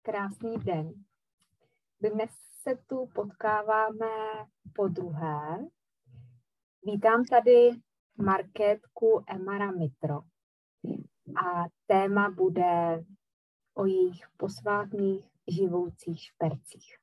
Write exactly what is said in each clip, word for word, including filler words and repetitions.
Krásný den. Dnes se tu potkáváme podruhé. Vítám tady Markétku Emara Mitro a téma bude o jejich posvátných živoucích špercích.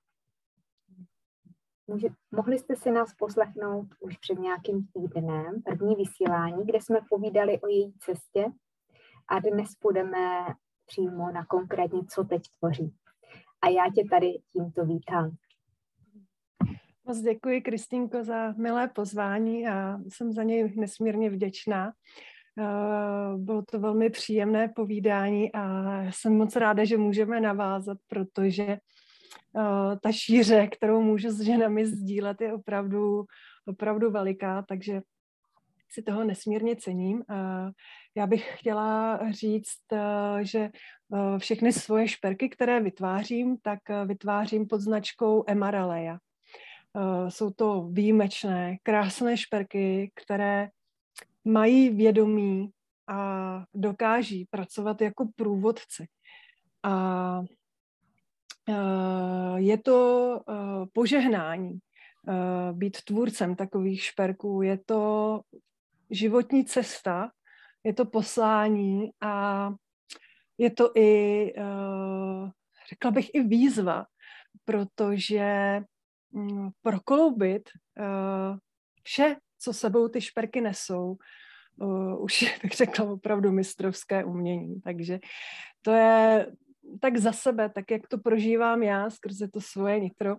Může, mohli jste si nás poslechnout už před nějakým týdnem, první vysílání, kde jsme povídali o její cestě a dnes půjdeme přímo na konkrétně, co teď tvoří. A já tě tady tímto vítám. Moc děkuji, Kristýnko, za milé pozvání a jsem za něj nesmírně vděčná. Bylo to velmi příjemné povídání a jsem moc ráda, že můžeme navázat, protože ta šíře, kterou můžu s ženami sdílet, je opravdu, opravdu veliká, takže si toho nesmírně cením. Já bych chtěla říct, že všechny svoje šperky, které vytvářím, tak vytvářím pod značkou Emara Leia. Jsou to výjimečné, krásné šperky, které mají vědomí a dokáží pracovat jako průvodci. A je to požehnání být tvůrcem takových šperků. Je to životní cesta, je to poslání a je to i, řekla bych, i výzva, protože prokloubit vše, co sebou ty šperky nesou, už bych řekla opravdu mistrovské umění. Takže to je tak za sebe, tak jak to prožívám já skrze to svoje nitro.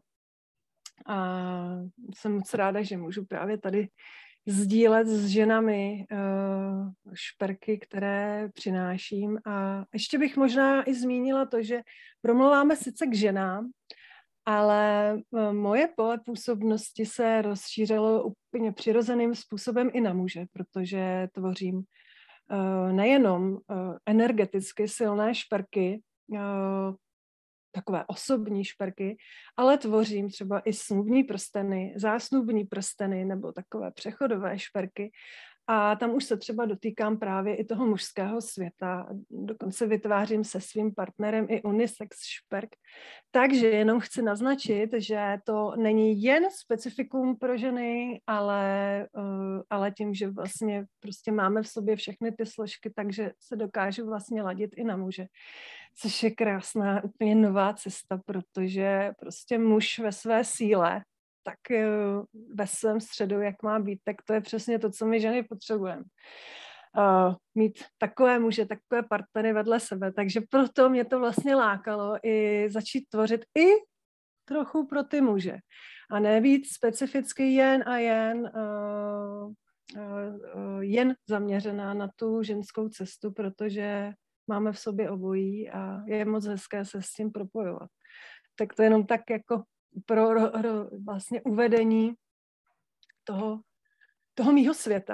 A jsem moc ráda, že můžu právě tady sdílet s ženami uh, šperky, které přináším. A ještě bych možná i zmínila to, že promluváme sice k ženám, ale uh, moje pole působnosti se rozšířilo úplně přirozeným způsobem i na muže, protože tvořím uh, nejenom uh, energeticky silné šperky, uh, takové osobní šperky, ale tvořím třeba i snubní prsteny, zásnubní prsteny nebo takové přechodové šperky. A tam už se třeba dotýkám právě i toho mužského světa. Dokonce vytvářím se svým partnerem i unisex šperk. Takže jenom chci naznačit, že to není jen specifikum pro ženy, ale, ale tím, že vlastně prostě máme v sobě všechny ty složky, takže se dokážu vlastně ladit i na muže. Což je krásná, úplně nová cesta, protože prostě muž ve své síle, tak ve svém středu, jak má být, tak to je přesně to, co my ženy potřebujeme. Uh, mít takové muže, takové partnery vedle sebe, takže proto mě to vlastně lákalo i začít tvořit i trochu pro ty muže. A ne víc specificky jen a jen uh, uh, jen zaměřená na tu ženskou cestu, protože máme v sobě obojí a je moc hezké se s tím propojovat. Tak to jenom tak jako pro ro, ro, vlastně uvedení toho, toho mýho světa.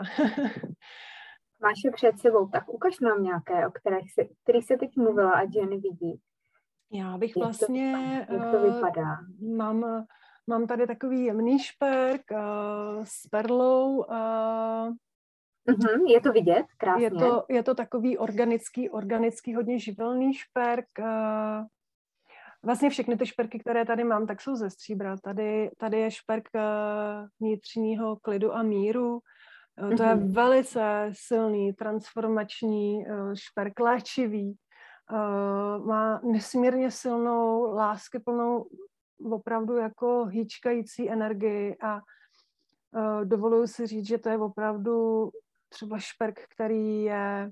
Máš je před sebou, tak ukaž nám nějaké, o kterých se, který se teď mluvila, ať ženy vidí. Já bych jak vlastně... To, jak to vypadá? Uh, mám, mám tady takový jemný šperk uh, s perlou. Uh, uh-huh, je to vidět, krásně. Je to, je to takový organický, organický, hodně živelný šperk. Uh, Vlastně všechny ty šperky, které tady mám, tak jsou ze stříbra. Tady, tady je šperk vnitřního klidu a míru. To je mm-hmm. velice silný, transformační šperk, léčivý. Má nesmírně silnou, láskyplnou, opravdu jako hýčkající energii a dovoluji si říct, že to je opravdu třeba šperk, který je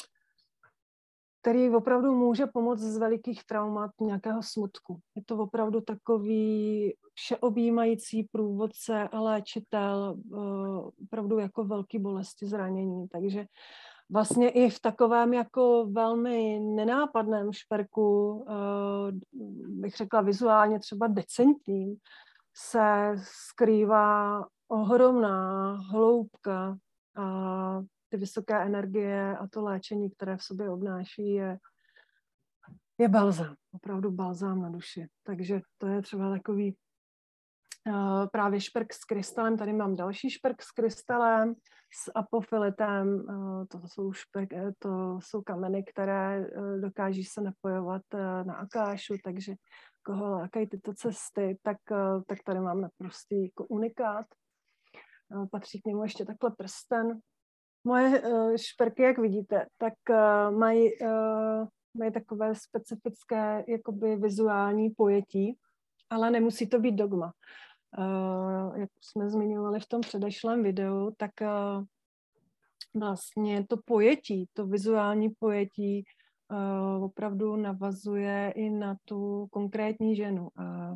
který opravdu může pomoct z velikých traumat nějakého smutku. Je to opravdu takový všeobjímající průvodce a léčitel opravdu jako velký bolesti, zranění. Takže vlastně i v takovém jako velmi nenápadném šperku, bych řekla vizuálně třeba decentním, se skrývá ohromná hloubka a ty vysoké energie a to léčení, které v sobě obnáší, je, je balzám. Opravdu balzám na duši. Takže to je třeba takový uh, právě šperk s krystalem, tady mám další šperk s krystalem, s apofilitem, uh, to jsou, šperk, to jsou kameny, které uh, dokáží se napojovat uh, na akášu, takže koho lákají tyto cesty, tak, uh, tak tady mám naprostý jako unikát. Uh, patří k němu ještě takhle prsten. Moje uh, šperky, jak vidíte, tak uh, mají, uh, mají takové specifické jakoby vizuální pojetí, ale nemusí to být dogma. Uh, jak jsme zmiňovali v tom předešlém videu, tak uh, vlastně to pojetí, to vizuální pojetí uh, opravdu navazuje i na tu konkrétní ženu. A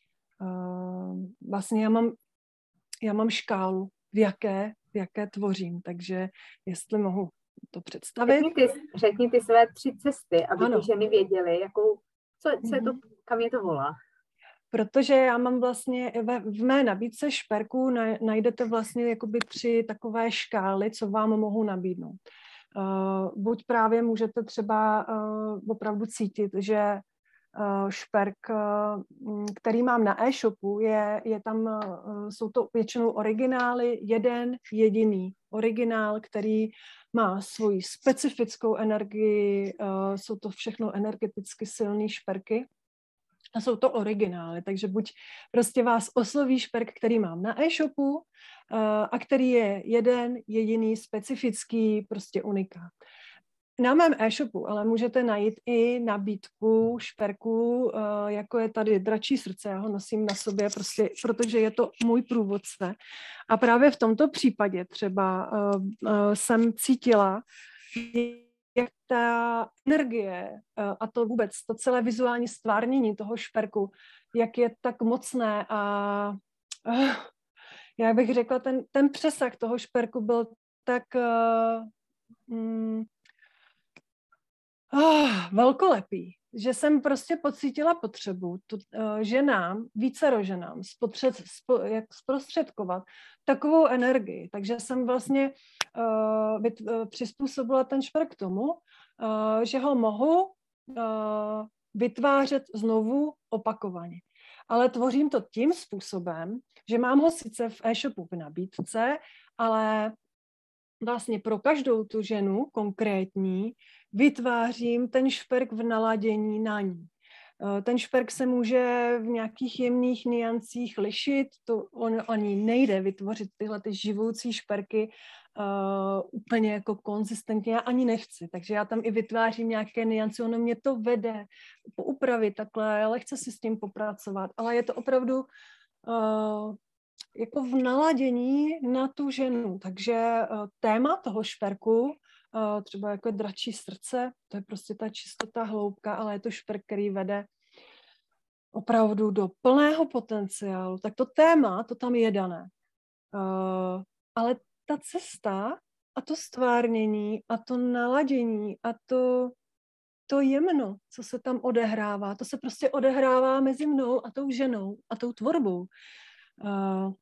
uh, vlastně já mám, já mám škálu, v jaké, v jaké tvořím, takže jestli mohu to představit. Řekni ty, řekni ty své tři cesty, aby ano. ty ženy věděly, jakou, co, co je to, kam je to volá. Protože já mám vlastně, ve, v mé nabídce šperků najdete vlastně jakoby tři takové škály, co vám mohu nabídnout. Uh, buď právě můžete třeba uh, opravdu cítit, že uh, šperk, uh, který mám na e-shopu, je, je tam, uh, jsou to většinou originály, jeden jediný originál, který má svoji specifickou energii, uh, jsou to všechno energeticky silné šperky. A jsou to originály, takže buď prostě vás osloví šperk, který mám na e-shopu uh, a který je jeden, jediný, specifický, prostě unikát. Na mém e-shopu ale můžete najít i nabídku šperků, uh, jako je tady dračí srdce, já ho nosím na sobě, prostě, protože je to můj průvodce. A právě v tomto případě třeba uh, uh, jsem cítila, jak ta energie a to vůbec, to celé vizuální stvárnění toho šperku, jak je tak mocné a uh, já bych řekla, ten, ten přesah toho šperku byl tak uh, um, uh, velkolepý, že jsem prostě pocítila potřebu tu, uh, ženám, vícero ženám, spotřed, spo, jak zprostředkovat takovou energii. Takže jsem vlastně uh, vyt, uh, přizpůsobila ten šperk k tomu, uh, že ho mohu uh, vytvářet znovu opakovaně. Ale tvořím to tím způsobem, že mám ho sice v e-shopu v nabídce, ale vlastně pro každou tu ženu konkrétní vytvářím ten šperk v naladění na ní. Ten šperk se může v nějakých jemných niancích lišit, to on, ani nejde vytvořit tyhle ty živoucí šperky uh, úplně jako konzistentně, já ani nechci, takže já tam i vytvářím nějaké niance, ono mě to vede poupravit takhle, lehce si s tím popracovat, ale je to opravdu uh, jako v naladění na tu ženu, takže uh, téma toho šperku, uh, třeba jako dračí srdce, to je prostě ta čistota, hloubka, ale je to šperk, který vede opravdu do plného potenciálu, tak to téma, to tam je dané. Uh, ale ta cesta a to stvárnění a to naladění a to, to jemno, co se tam odehrává, to se prostě odehrává mezi mnou a tou ženou a tou tvorbou. Uh,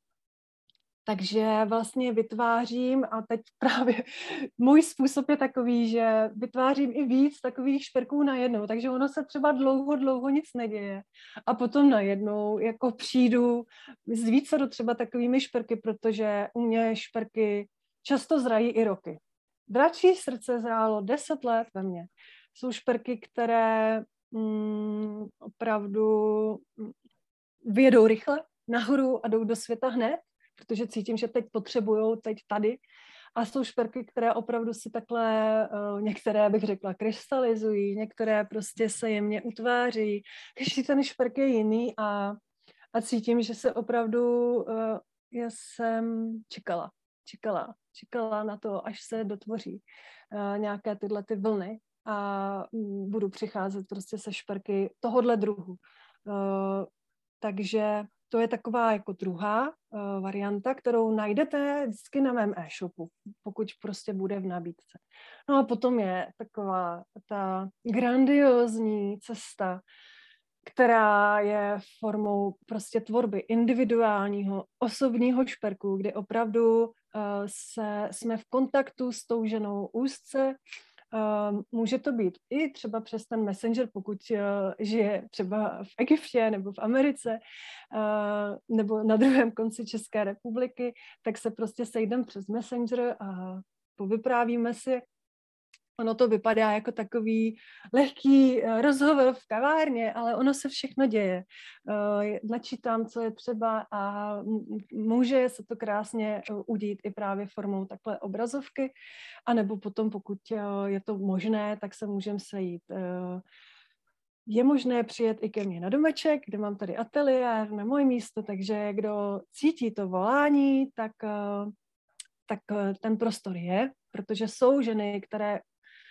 takže vlastně vytvářím a teď právě můj způsob je takový, že vytvářím i víc takových šperků najednou, takže ono se třeba dlouho, dlouho nic neděje a potom najednou jako přijdu s více do třeba takovými šperky, protože u mě šperky často zrají i roky. Dračí srdce zrálo deset let ve mně. Jsou šperky, které mm, opravdu vyjedou rychle nahoru a jdou do světa hned, protože cítím, že teď potřebujou, teď tady. A jsou šperky, které opravdu si takhle, uh, některé bych řekla, krystalizují, některé prostě se jemně utváří. Každý ten šperk je jiný a, a cítím, že se opravdu, uh, já jsem čekala, čekala, čekala na to, až se dotvoří uh, nějaké tyhle ty vlny a um, budu přicházet prostě se šperky tohodle druhu. Uh, takže to je taková jako druhá uh, varianta, kterou najdete vždycky na mém e-shopu, pokud prostě bude v nabídce. No a potom je taková ta grandiózní cesta, která je formou prostě tvorby individuálního, osobního šperku, kdy opravdu uh, se, jsme v kontaktu s tou ženou úzce Uh, může to být i třeba přes ten Messenger, pokud uh, žije třeba v Egyptě nebo v Americe, uh, nebo na druhém konci České republiky, tak se prostě sejdeme přes Messenger a povyprávíme si. Ono to vypadá jako takový lehký rozhovor v kavárně, ale ono se všechno děje. Načítám, co je třeba a může se to krásně udít i právě formou takhle obrazovky, anebo potom, pokud je to možné, tak se můžeme sejít. Je možné přijet i ke mně na domeček, kde mám tady ateliér, na moje místo, takže kdo cítí to volání, tak, tak ten prostor je, protože jsou ženy, které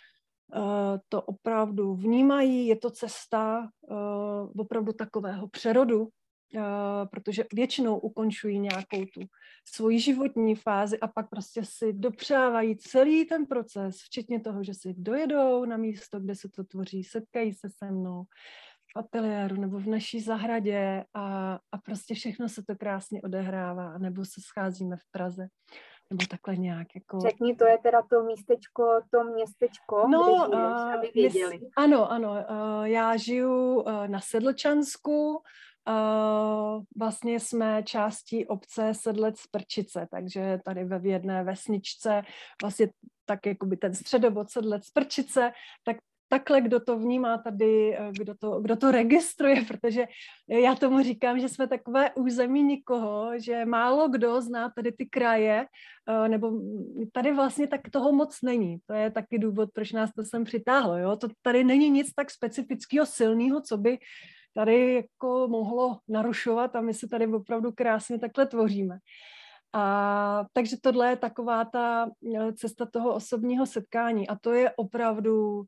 to opravdu vnímají, je to cesta uh, opravdu takového přerodu, uh, protože většinou ukončují nějakou tu svoji životní fázi a pak prostě si dopřávají celý ten proces, včetně toho, že si dojedou na místo, kde se to tvoří, setkají se se mnou v ateliéru nebo v naší zahradě a, a prostě všechno se to krásně odehrává, nebo se scházíme v Praze. Nebo takhle nějak jako... Řekni, to je teda to místečko, to městečko, no, kde žiješ, uh, aby věděli. Mys, ano, ano. Uh, já žiju uh, na Sedlčansku. Uh, vlastně jsme částí obce Sedlec-Prčice, takže tady ve jedné vesničce, vlastně tak jakoby ten středobod Sedlec-Prčice, tak takhle, kdo to vnímá tady, kdo to, kdo to registruje, protože já tomu říkám, že jsme takové území nikoho, že málo kdo zná tady ty kraje, nebo tady vlastně tak toho moc není. To je taky důvod, proč nás to sem přitáhlo. Jo? To tady není nic tak specifického, silného, co by tady jako mohlo narušovat a my se tady opravdu krásně takhle tvoříme. A takže tohle je taková ta cesta toho osobního setkání a to je opravdu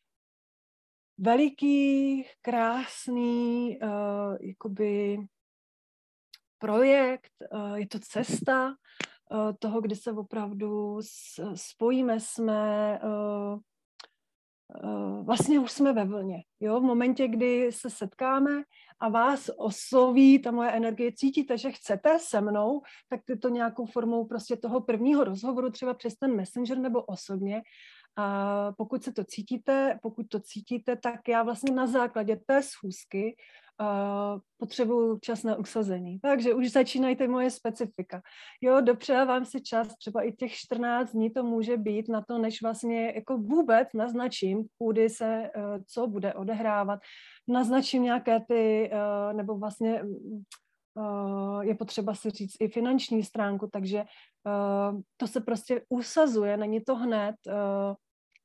veliký, krásný uh, jakoby projekt, uh, je to cesta uh, toho, kdy se opravdu s, spojíme, jsme, uh, uh, vlastně už jsme ve vlně. Jo? V momentě, kdy se setkáme a vás osloví ta moje energie, cítíte, že chcete se mnou, tak je to nějakou formou prostě toho prvního rozhovoru, třeba přes ten Messenger nebo osobně. A pokud se to cítíte, pokud to cítíte, tak já vlastně na základě té schůzky uh, potřebuju čas na usazení. Takže už začínají ty moje specifika. Jo, dopřávám si čas, třeba i těch čtrnáct dní to může být na to, než vlastně jako vůbec naznačím, kudy se, uh, co bude odehrávat, naznačím nějaké ty, uh, nebo vlastně uh, je potřeba si říct i finanční stránku, takže uh, to se prostě usazuje, není to hned. Uh,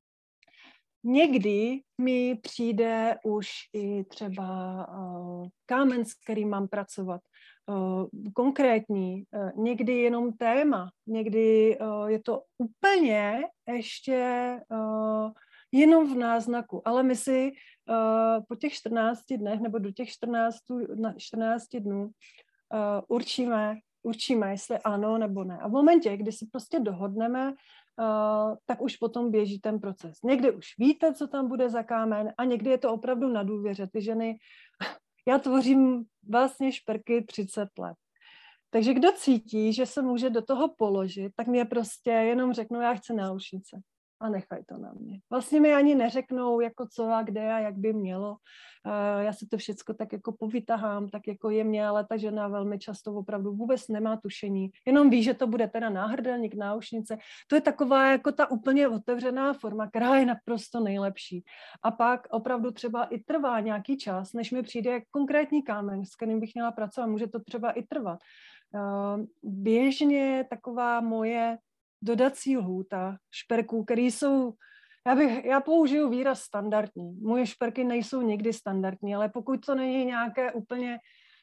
Někdy mi přijde už i třeba uh, kámen, s kterým mám pracovat, uh, konkrétní, uh, někdy jenom téma, někdy uh, je to úplně ještě uh, jenom v náznaku, ale my si uh, po těch čtrnácti dnech nebo do těch čtrnácti dnů uh, určíme, určíme, jestli ano nebo ne. A v momentě, kdy si prostě dohodneme, Uh, tak už potom běží ten proces. Někdy už víte, co tam bude za kámen a někdy je to opravdu na důvěře. Ty ženy, já tvořím vlastně šperky třicet let. Takže kdo cítí, že se může do toho položit, tak mě prostě jenom řeknou, já chci náušnice a nechaj to na mě. Vlastně mi ani neřeknou, jako co a kde a jak by mělo. Uh, já si to všecko tak jako povytahám, tak jako jemně, ale ta žena velmi často opravdu vůbec nemá tušení. Jenom ví, že to bude teda náhrdelník, náušnice. To je taková jako ta úplně otevřená forma, která je naprosto nejlepší. A pak opravdu třeba i trvá nějaký čas, než mi přijde konkrétní kámen, s kterým bych měla pracovat. Může to třeba i trvat. Uh, běžně taková moje dodací lhůta šperků, které jsou, já, bych, já použiju výraz standardní. Moje šperky nejsou nikdy standardní, ale pokud to není nějaké úplně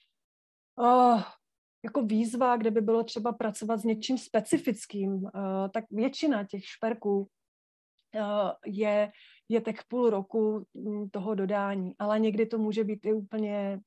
oh, jako výzva, kde by bylo třeba pracovat s něčím specifickým, uh, tak většina těch šperků uh, je, je tak půl roku toho dodání, ale někdy to může být i úplně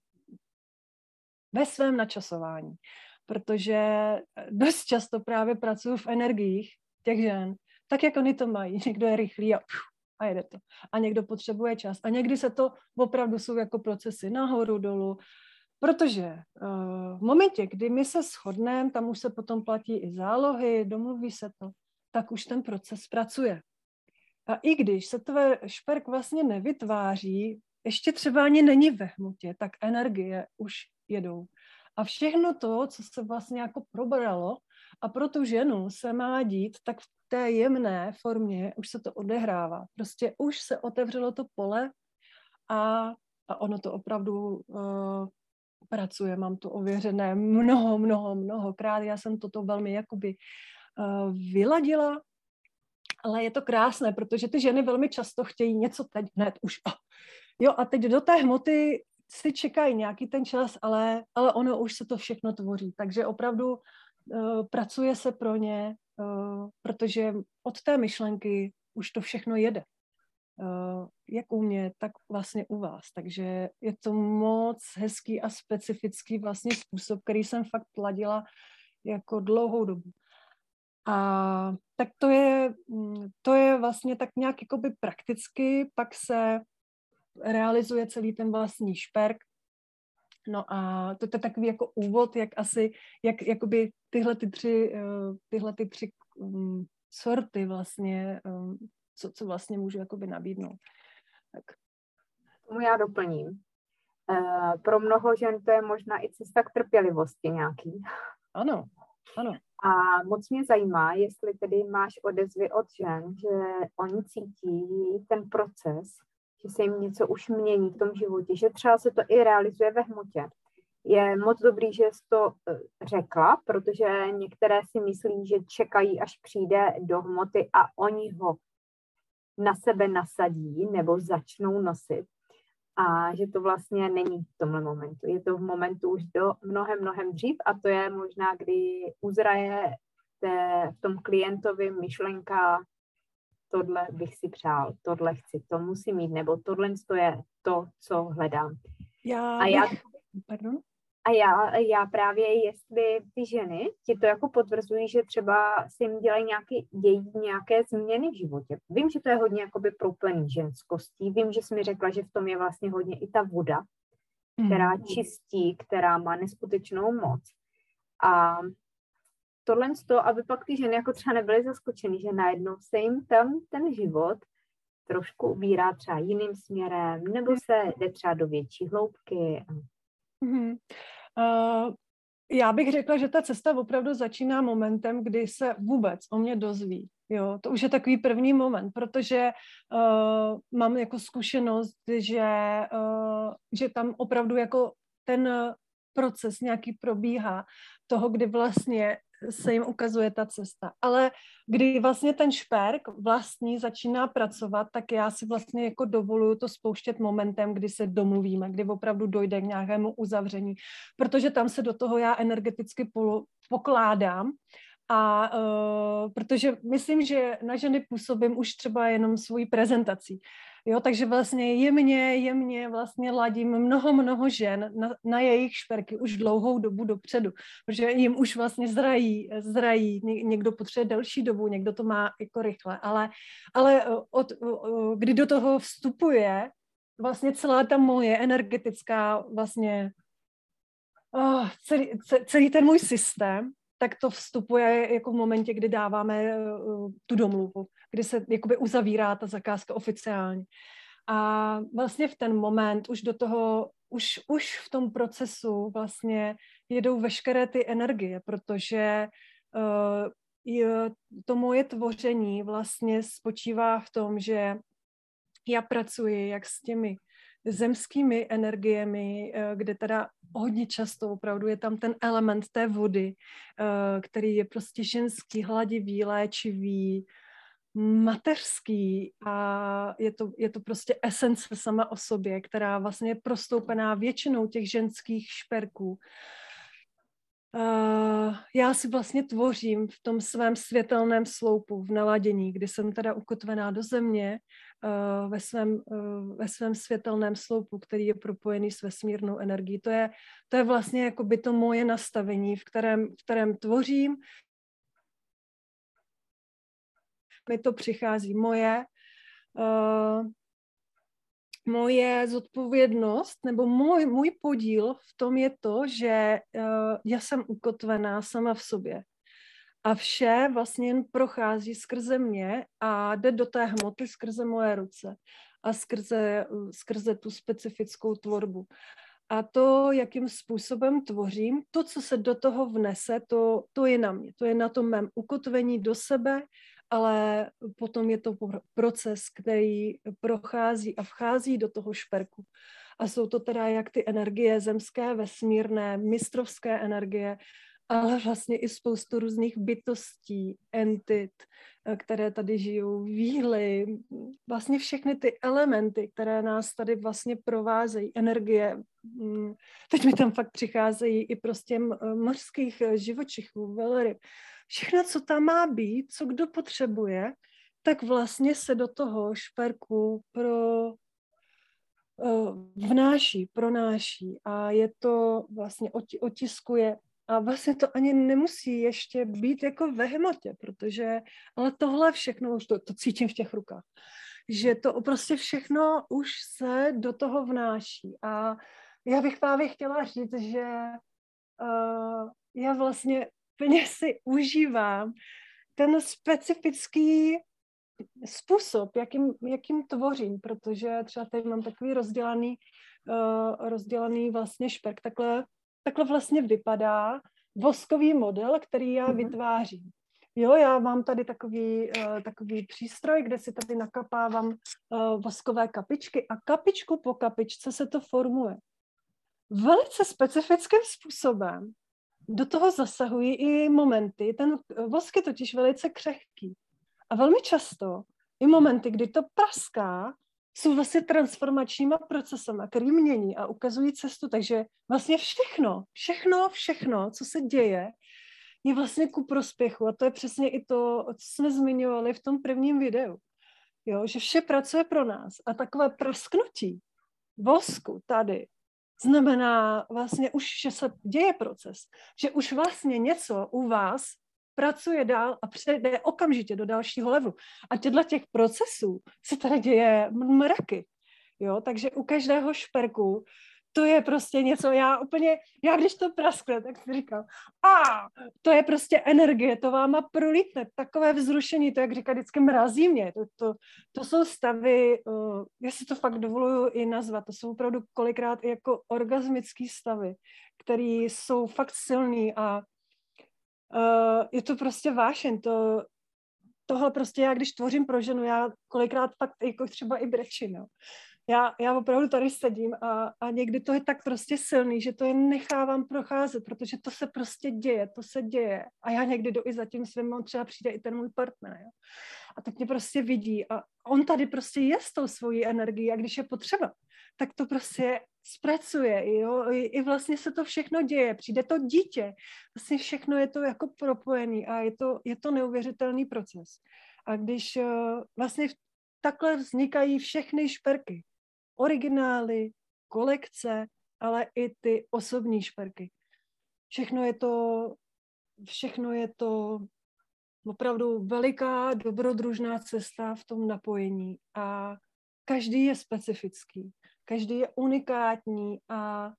ve svém načasování. Protože dost často právě pracuji v energiích těch žen, tak jak oni to mají. Někdo je rychlý a, a jede to. A někdo potřebuje čas. A někdy se to opravdu jsou jako procesy nahoru, dolů. Protože uh, v momentě, kdy my se shodneme, tam už se potom platí i zálohy, domluví se to, tak už ten proces pracuje. A i když se tvé šperk vlastně nevytváří, ještě třeba ani není ve hmotě, tak energie už jedou. A všechno to, co se vlastně jako probralo a pro tu ženu se má dít, tak v té jemné formě už se to odehrává. Prostě už se otevřelo to pole a, a ono to opravdu uh, pracuje. Mám to ověřené mnoho, mnoho, mnohokrát. Já jsem toto velmi jakoby uh, vyladila, ale je to krásné, protože ty ženy velmi často chtějí něco teď, hned už. Oh. Jo, a teď do té hmoty si čekají nějaký ten čas, ale, ale ono už se to všechno tvoří. Takže opravdu uh, pracuje se pro ně, uh, protože od té myšlenky už to všechno jede. Uh, jak u mě, tak vlastně u vás. Takže je to moc hezký a specifický vlastně způsob, který jsem fakt ladila jako dlouhou dobu. A tak to je, to je vlastně tak nějak jakoby prakticky, pak se realizuje celý ten vlastní šperk. No a to je takový jako úvod, jak asi, jak jakoby tyhle ty tři, tyhle ty tři um, sorty vlastně, um, co, co vlastně můžu jakoby nabídnout. Tak. Tomu já doplním. Uh, pro mnoho žen to je možná i cesta k trpělivosti nějaký. Ano, ano. A moc mě zajímá, jestli tedy máš odezvy od žen, že oni cítí ten proces, že se jim něco už mění v tom životě, že třeba se to i realizuje ve hmotě. Je moc dobrý, že jsi to řekla, protože některé si myslí, že čekají, až přijde do hmoty a oni ho na sebe nasadí nebo začnou nosit. A že to vlastně není v tomhle momentu. Je to v momentu už do mnohem, mnohem dřív a to je možná, kdy uzraje té, v tom klientovi myšlenka, tohle bych si přál, tohle chci, to musím mít, nebo tohle je to, co hledám. Já a, já, pardon? a já, já právě, jestli ty ženy ti to jako potvrzují, že třeba si jim dělají nějaký, dějí nějaké změny v životě. Vím, že to je hodně jakoby proplený ženskostí, vím, že jsi mi řekla, že v tom je vlastně hodně i ta voda, která mm. čistí, která má neskutečnou moc. A tohle z toho, aby pak ty ženy jako třeba nebyly zaskočeny, že najednou se jim tam ten život trošku ubírá třeba jiným směrem, nebo se jde třeba do větší hloubky. Mm-hmm. Uh, já bych řekla, že ta cesta opravdu začíná momentem, kdy se vůbec o mě dozví. Jo, to už je takový první moment, protože uh, mám jako zkušenost, že, uh, že tam opravdu jako ten proces nějaký probíhá toho, kdy vlastně se jim ukazuje ta cesta. Ale kdy vlastně ten šperk vlastní začíná pracovat, tak já si vlastně jako dovoluju to spouštět momentem, kdy se domluvíme, kdy opravdu dojde k nějakému uzavření, protože tam se do toho já energeticky polu, pokládám a uh, protože myslím, že na ženy působím už třeba jenom svojí prezentací. Jo, takže vlastně jemně, jemně vlastně ladím mnoho, mnoho žen na, na jejich šperky už dlouhou dobu dopředu, protože jim už vlastně zrají, zrají, někdo potřebuje delší dobu, někdo to má jako rychle, ale, ale od, kdy do toho vstupuje vlastně celá ta moje energetická vlastně oh, celý, celý ten můj systém, tak to vstupuje jako v momentě, kdy dáváme uh, tu domluvu, kdy se jakoby uzavírá ta zakázka oficiálně. A vlastně v ten moment už do toho, už, už v tom procesu vlastně jedou veškeré ty energie, protože uh, je, to moje tvoření vlastně spočívá v tom, že já pracuji jak s těmi zemskými energiemi, kde teda hodně často opravdu je tam ten element té vody, který je prostě ženský, hladivý, léčivý, mateřský a je to, je to prostě esence sama o sobě, která vlastně je prostoupená většinou těch ženských šperků. Uh, já si vlastně tvořím v tom svém světelném sloupu, v naladění, kdy jsem teda ukotvená do země, uh, ve, svém, uh, ve svém světelném sloupu, který je propojený s vesmírnou energií. To je, to je vlastně jako by to moje nastavení, v kterém, v kterém tvořím. Mi to přichází moje, uh, moje zodpovědnost, nebo můj, můj podíl v tom je to, že uh, já jsem ukotvená sama v sobě. A vše vlastně jen prochází skrze mě a jde do té hmoty skrze moje ruce a skrze, skrze tu specifickou tvorbu. A to, jakým způsobem tvořím, to, co se do toho vnese, to, to je na mě. To je na tom mém ukotvení do sebe, ale potom je to proces, který prochází a vchází do toho šperku. A jsou to teda jak ty energie zemské, vesmírné, mistrovské energie, ale vlastně i spoustu různých bytostí, entit, které tady žijou, víly, vlastně všechny ty elementy, které nás tady vlastně provázejí, energie. Teď mi tam fakt přicházejí i prostě mořských živočichů, velryb. Všechno, co tam má být, co kdo potřebuje, tak vlastně se do toho šperku pro vnáší, pronáší a je to vlastně otiskuje. A vlastně to ani nemusí ještě být jako ve hmotě, protože, ale tohle všechno, už to, to cítím v těch rukách, že to prostě všechno už se do toho vnáší. A já bych právě chtěla říct, že uh, já vlastně plně si užívám ten specifický způsob, jakým, jakým tvořím, protože třeba tady mám takový rozdělaný, uh, rozdělaný vlastně šperk, takhle Takhle vlastně vypadá voskový model, který já vytvářím. Jo, já mám tady takový, uh, takový přístroj, kde si tady nakapávám uh, voskové kapičky a kapičku po kapičce se to formuje. Velice specifickým způsobem do toho zasahují i momenty. Ten vosk je totiž velice křehký. A velmi často i momenty, kdy to praská, jsou vlastně transformačníma procesama, který mění a ukazují cestu. Takže vlastně všechno, všechno, všechno, co se děje, je vlastně ku prospěchu. A to je přesně i to, co jsme zmiňovali v tom prvním videu. Jo, že vše pracuje pro nás. A takové prasknutí vosku tady znamená vlastně už, že se děje proces. Že už vlastně něco u vás pracuje dál a přejde okamžitě do dalšího levelu. A těchto těch procesů se tady děje mraky. Jo? Takže u každého šperku to je prostě něco, já úplně, já když to praskne, tak si říkám, a to je prostě energie, to váma prolítne, takové vzrušení, to jak říká vždycky mrazí mě, to, to, to jsou stavy, uh, já si to fakt dovoluju i nazvat, to jsou opravdu kolikrát i jako orgasmický stavy, které jsou fakt silný a Uh, je to prostě vášeň, to, tohle prostě já, když tvořím pro ženu, já kolikrát fakt jako třeba i brečím, jo. Já, já opravdu tady sedím a, a někdy to je tak prostě silný, že to jen nechávám procházet, protože to se prostě děje, to se děje a já někdy jdu i za tím svým, on třeba přijde i ten můj partner, jo. A teď mě prostě vidí a on tady prostě je s tou svojí energií a když je potřeba, tak to prostě zpracuje, jo, I, i vlastně se to všechno děje, přijde to dítě, vlastně všechno je to jako propojený a je to, je to neuvěřitelný proces. A když uh, vlastně takhle vznikají všechny šperky, originály, kolekce, ale i ty osobní šperky. Všechno je to, všechno je to opravdu veliká dobrodružná cesta v tom napojení a každý je specifický, každý je unikátní a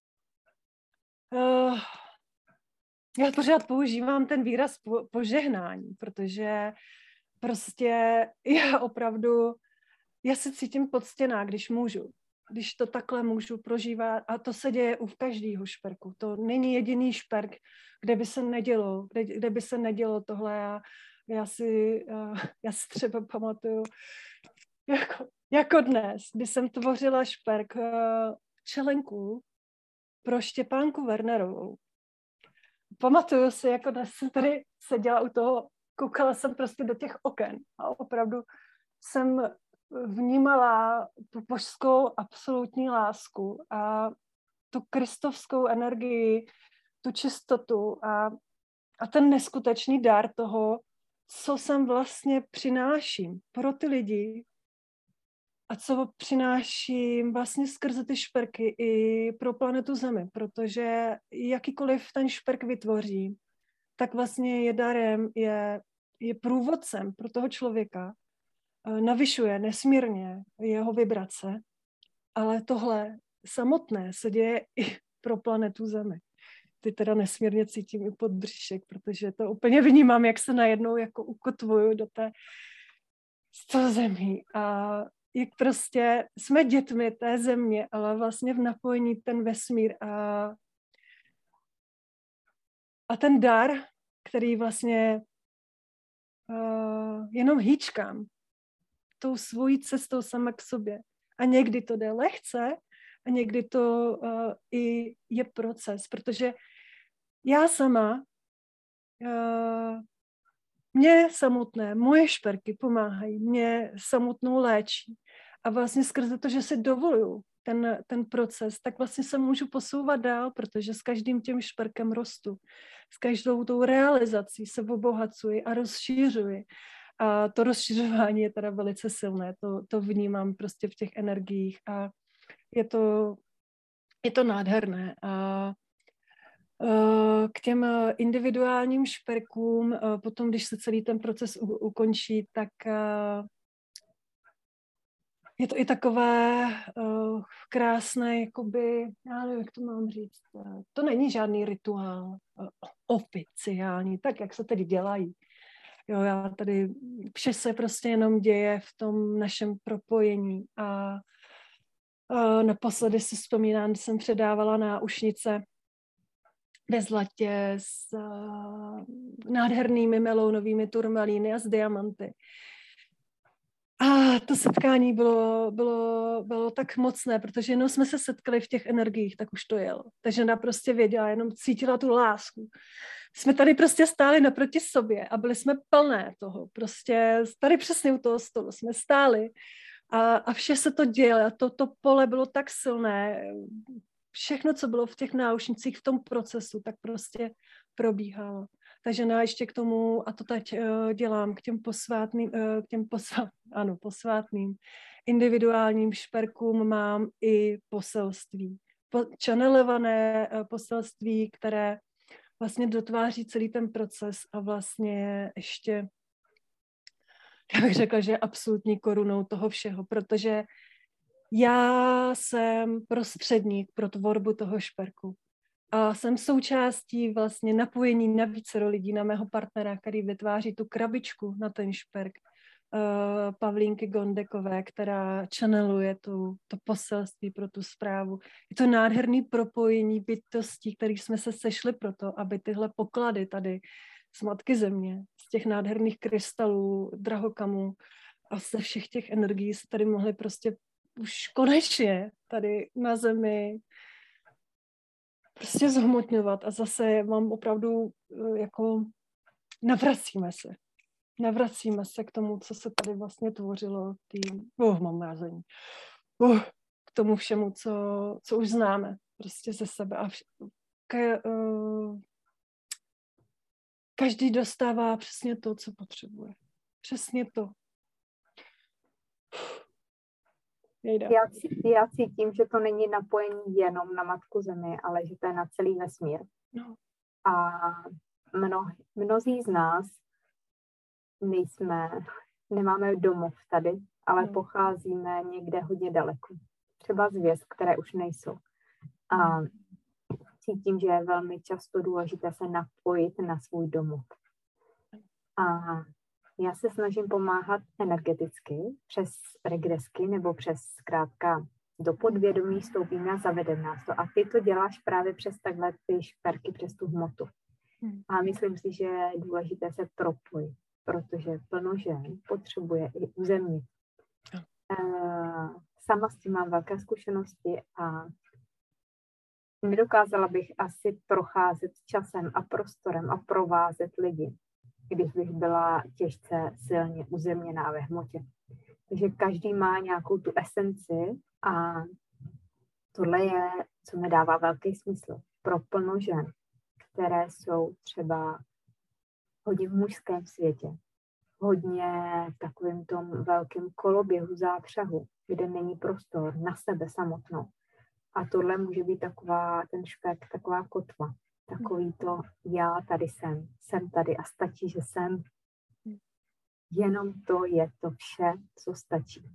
uh, já pořád používám ten výraz po, požehnání, protože prostě já opravdu, já se cítím poctěná, když můžu, když to takhle můžu prožívat a to se děje u každého šperku. To není jediný šperk, kde by se nedělo, kde, kde by se nedělo tohle. Já, já, si, uh, já si třeba pamatuju, jako, jako dnes, kdy jsem tvořila šperk uh, čelenku pro Štěpánku Wernerovou. Pamatuju si, jako dnes jsem tady seděla u toho, koukala jsem prostě do těch oken a opravdu jsem vnímala tu božskou absolutní lásku a tu kristovskou energii, tu čistotu a, a ten neskutečný dar toho, co jsem vlastně přináším pro ty lidi a co přináším vlastně skrze ty šperky i pro planetu Zemi, protože jakýkoliv ten šperk vytvoří, tak vlastně je darem, je, je průvodcem pro toho člověka, navyšuje nesmírně jeho vibrace, ale tohle samotné se děje i pro planetu Zemi. ty teda nesmírně cítím i pod břišek, protože to úplně vnímám, jak se najednou jako ukotvuju do té z toho zemí a jak prostě jsme dětmi té země, ale vlastně v napojení ten vesmír a, a ten dar, který vlastně uh, jenom hýčkám tou svojí cestou sama k sobě. A někdy to jde lehce a někdy to uh, i je proces, protože já sama uh, mě samotné, moje šperky pomáhají, mě samotnou léčí. A vlastně skrze to, že si dovoluju ten, ten proces, tak vlastně se můžu posouvat dál, protože s každým tím šperkem rostu. S každou tou realizací se obohacuji a rozšířuji. A to rozšiřování je teda velice silné, to, to vnímám prostě v těch energiích a je to, je to nádherné. A k těm individuálním šperkům, potom, když se celý ten proces u, ukončí, tak je to i takové uh, krásné, jakoby, já nevím, jak to mám říct, to není žádný rituál uh, oficiální, tak jak se tedy dělají. Jo, já tady, vše se prostě jenom děje v tom našem propojení a uh, naposledy si vzpomínám, když jsem předávala náušnice ve zlatě s uh, nádhernými melounovými turmalíny a s diamanty. A to setkání bylo, bylo, bylo tak mocné, protože jenom jsme se setkali v těch energiích, tak už to jelo. Takže ona prostě věděla, jenom cítila tu lásku. Jsme tady prostě stáli naproti sobě a byli jsme plné toho. Prostě tady přesně u toho stolu jsme stáli a, a vše se to dělo. A to, to pole bylo tak silné. Všechno, co bylo v těch náušnicích v tom procesu, tak prostě probíhalo. Takže já ještě k tomu, a to teď uh, dělám, k těm posvátným, uh, k těm posvát, ano, posvátným individuálním šperkům mám i poselství. Po, channelované uh, poselství, které vlastně dotváří celý ten proces a vlastně ještě, já bych řekla, že je absolutní korunou toho všeho, protože já jsem prostředník pro tvorbu toho šperku. A jsem součástí vlastně napojení na vícero lidí, na mého partnera, který vytváří tu krabičku na ten šperk, uh, Pavlínky Gondekové, která channeluje tu, to poselství pro tu zprávu. Je to nádherný propojení bytostí, kterých jsme se sešli proto, aby tyhle poklady tady z Matky Země, z těch nádherných krystalů, drahokamů a ze všech těch energií se tady mohly prostě už konečně tady na Zemi prostě zhmotňovat a zase mám opravdu jako navracíme se. Navracíme se k tomu, co se tady vlastně tvořilo. Tý, oh, mám mrazení. Uh, k tomu všemu, co, co už známe prostě ze sebe. A vš- ke, uh, každý dostává přesně to, co potřebuje. Přesně to. Já, já cítím, že to není napojení jenom na Matku Zemi, ale že to je na celý vesmír. No. A mno, mnozí z nás nejsme, nemáme domov tady, ale no. pocházíme někde hodně daleko. Třeba z hvězd, které už nejsou. A cítím, že je velmi často důležité se napojit na svůj domov. A já se snažím pomáhat energeticky přes regresky nebo přes zkrátka do podvědomí vstoupíme a zavedeme nás to. A ty to děláš právě přes takhle ty šperky, přes tu hmotu. A myslím si, že je důležité se propojit, protože plno žen potřebuje i uzemnit. Sama s tím mám velké zkušenosti a nedokázala bych asi procházet časem a prostorem a provázet lidi, když bych byla těžce silně uzemněná ve hmotě. Takže každý má nějakou tu esenci a tohle je, co mi dává velký smysl pro plno žen, které jsou třeba hodně v mužském světě, hodně v takovém tom velkém koloběhu zápřahu, kde není prostor na sebe samotnou. A tohle může být taková, ten špek, taková kotva. Takový to, já tady jsem, jsem tady a stačí, že jsem. Jenom to je to vše, co stačí.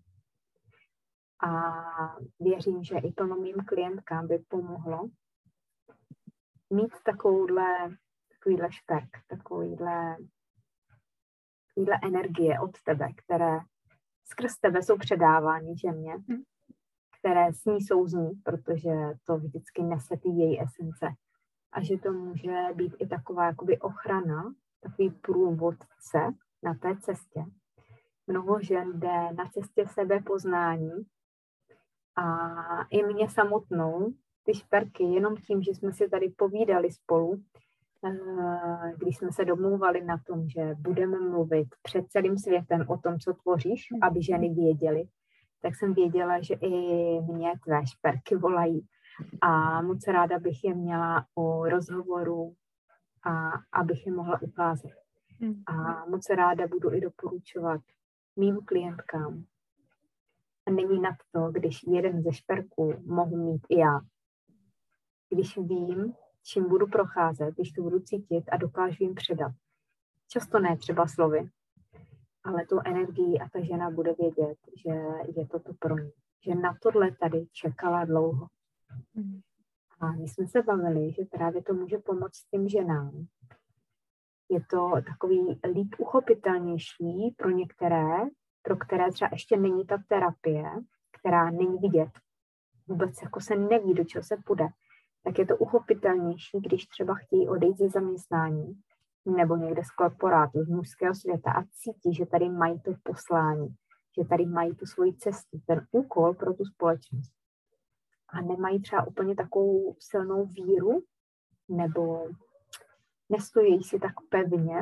A věřím, že i plno mým klientkám by pomohlo mít takovouhle, takovýhle šperk, takovýhle, takovýhle energie od tebe, které skrz tebe jsou předávány ženě, které s ní souzní, protože to vždycky nese ty její esence. A že to může být i taková jakoby ochrana, takový průvodce na té cestě. Mnoho žen jde na cestě sebepoznání a i mě samotnou ty šperky, jenom tím, že jsme si tady povídali spolu, když jsme se domlouvali na tom, že budeme mluvit před celým světem o tom, co tvoříš, aby ženy věděly, tak jsem věděla, že i mě tvé šperky volají. A moc ráda bych je měla u rozhovoru a abych je mohla ukázat. A moc ráda budu i doporučovat mým klientkám. A není nad to, když jeden ze šperků mohu mít i já. Když vím, čím budu procházet, když to budu cítit a dokážu jim předat. Často ne třeba slovy, ale tou energií a ta žena bude vědět, že je to to pro ní. Že na tohle tady čekala dlouho. A my jsme se bavili, že právě to může pomoct těm ženám. Je to takový líp uchopitelnější pro některé, pro které třeba ještě není ta terapie, která není vidět. Vůbec jako se neví, do čeho se půjde. Tak je to uchopitelnější, když třeba chtějí odejít ze zaměstnání nebo někde z korporátu, z mužského světa a cítí, že tady mají to poslání, že tady mají tu svoji cestu, ten úkol pro tu společnost. A nemají třeba úplně takovou silnou víru, nebo nestojí si tak pevně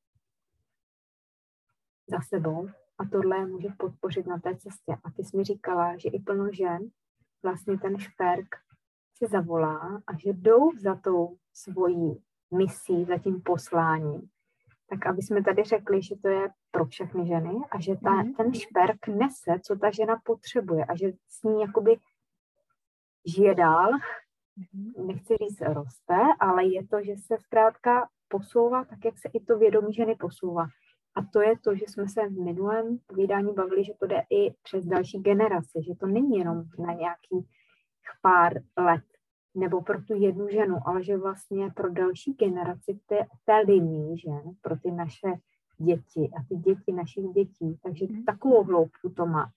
za sebou. A tohle může podpořit na té cestě. A ty jsi mi říkala, že i plno žen vlastně ten šperk si zavolá a že jdou za tou svojí misí, za tím posláním. Tak aby jsme tady řekli, že to je pro všechny ženy a že ta, ten šperk nese, co ta žena potřebuje a že s ní jakoby žije dál, nechci říct roste, ale je to, že se zkrátka posouvá tak, jak se i to vědomí ženy posouvá. A to je to, že jsme se v minulém povídání bavili, že to jde i přes další generace, že to není jenom na nějakých pár let nebo pro tu jednu ženu, ale že vlastně pro další generaci té, té linii žen, pro ty naše děti a ty děti našich dětí. Takže takovou hloubku to má.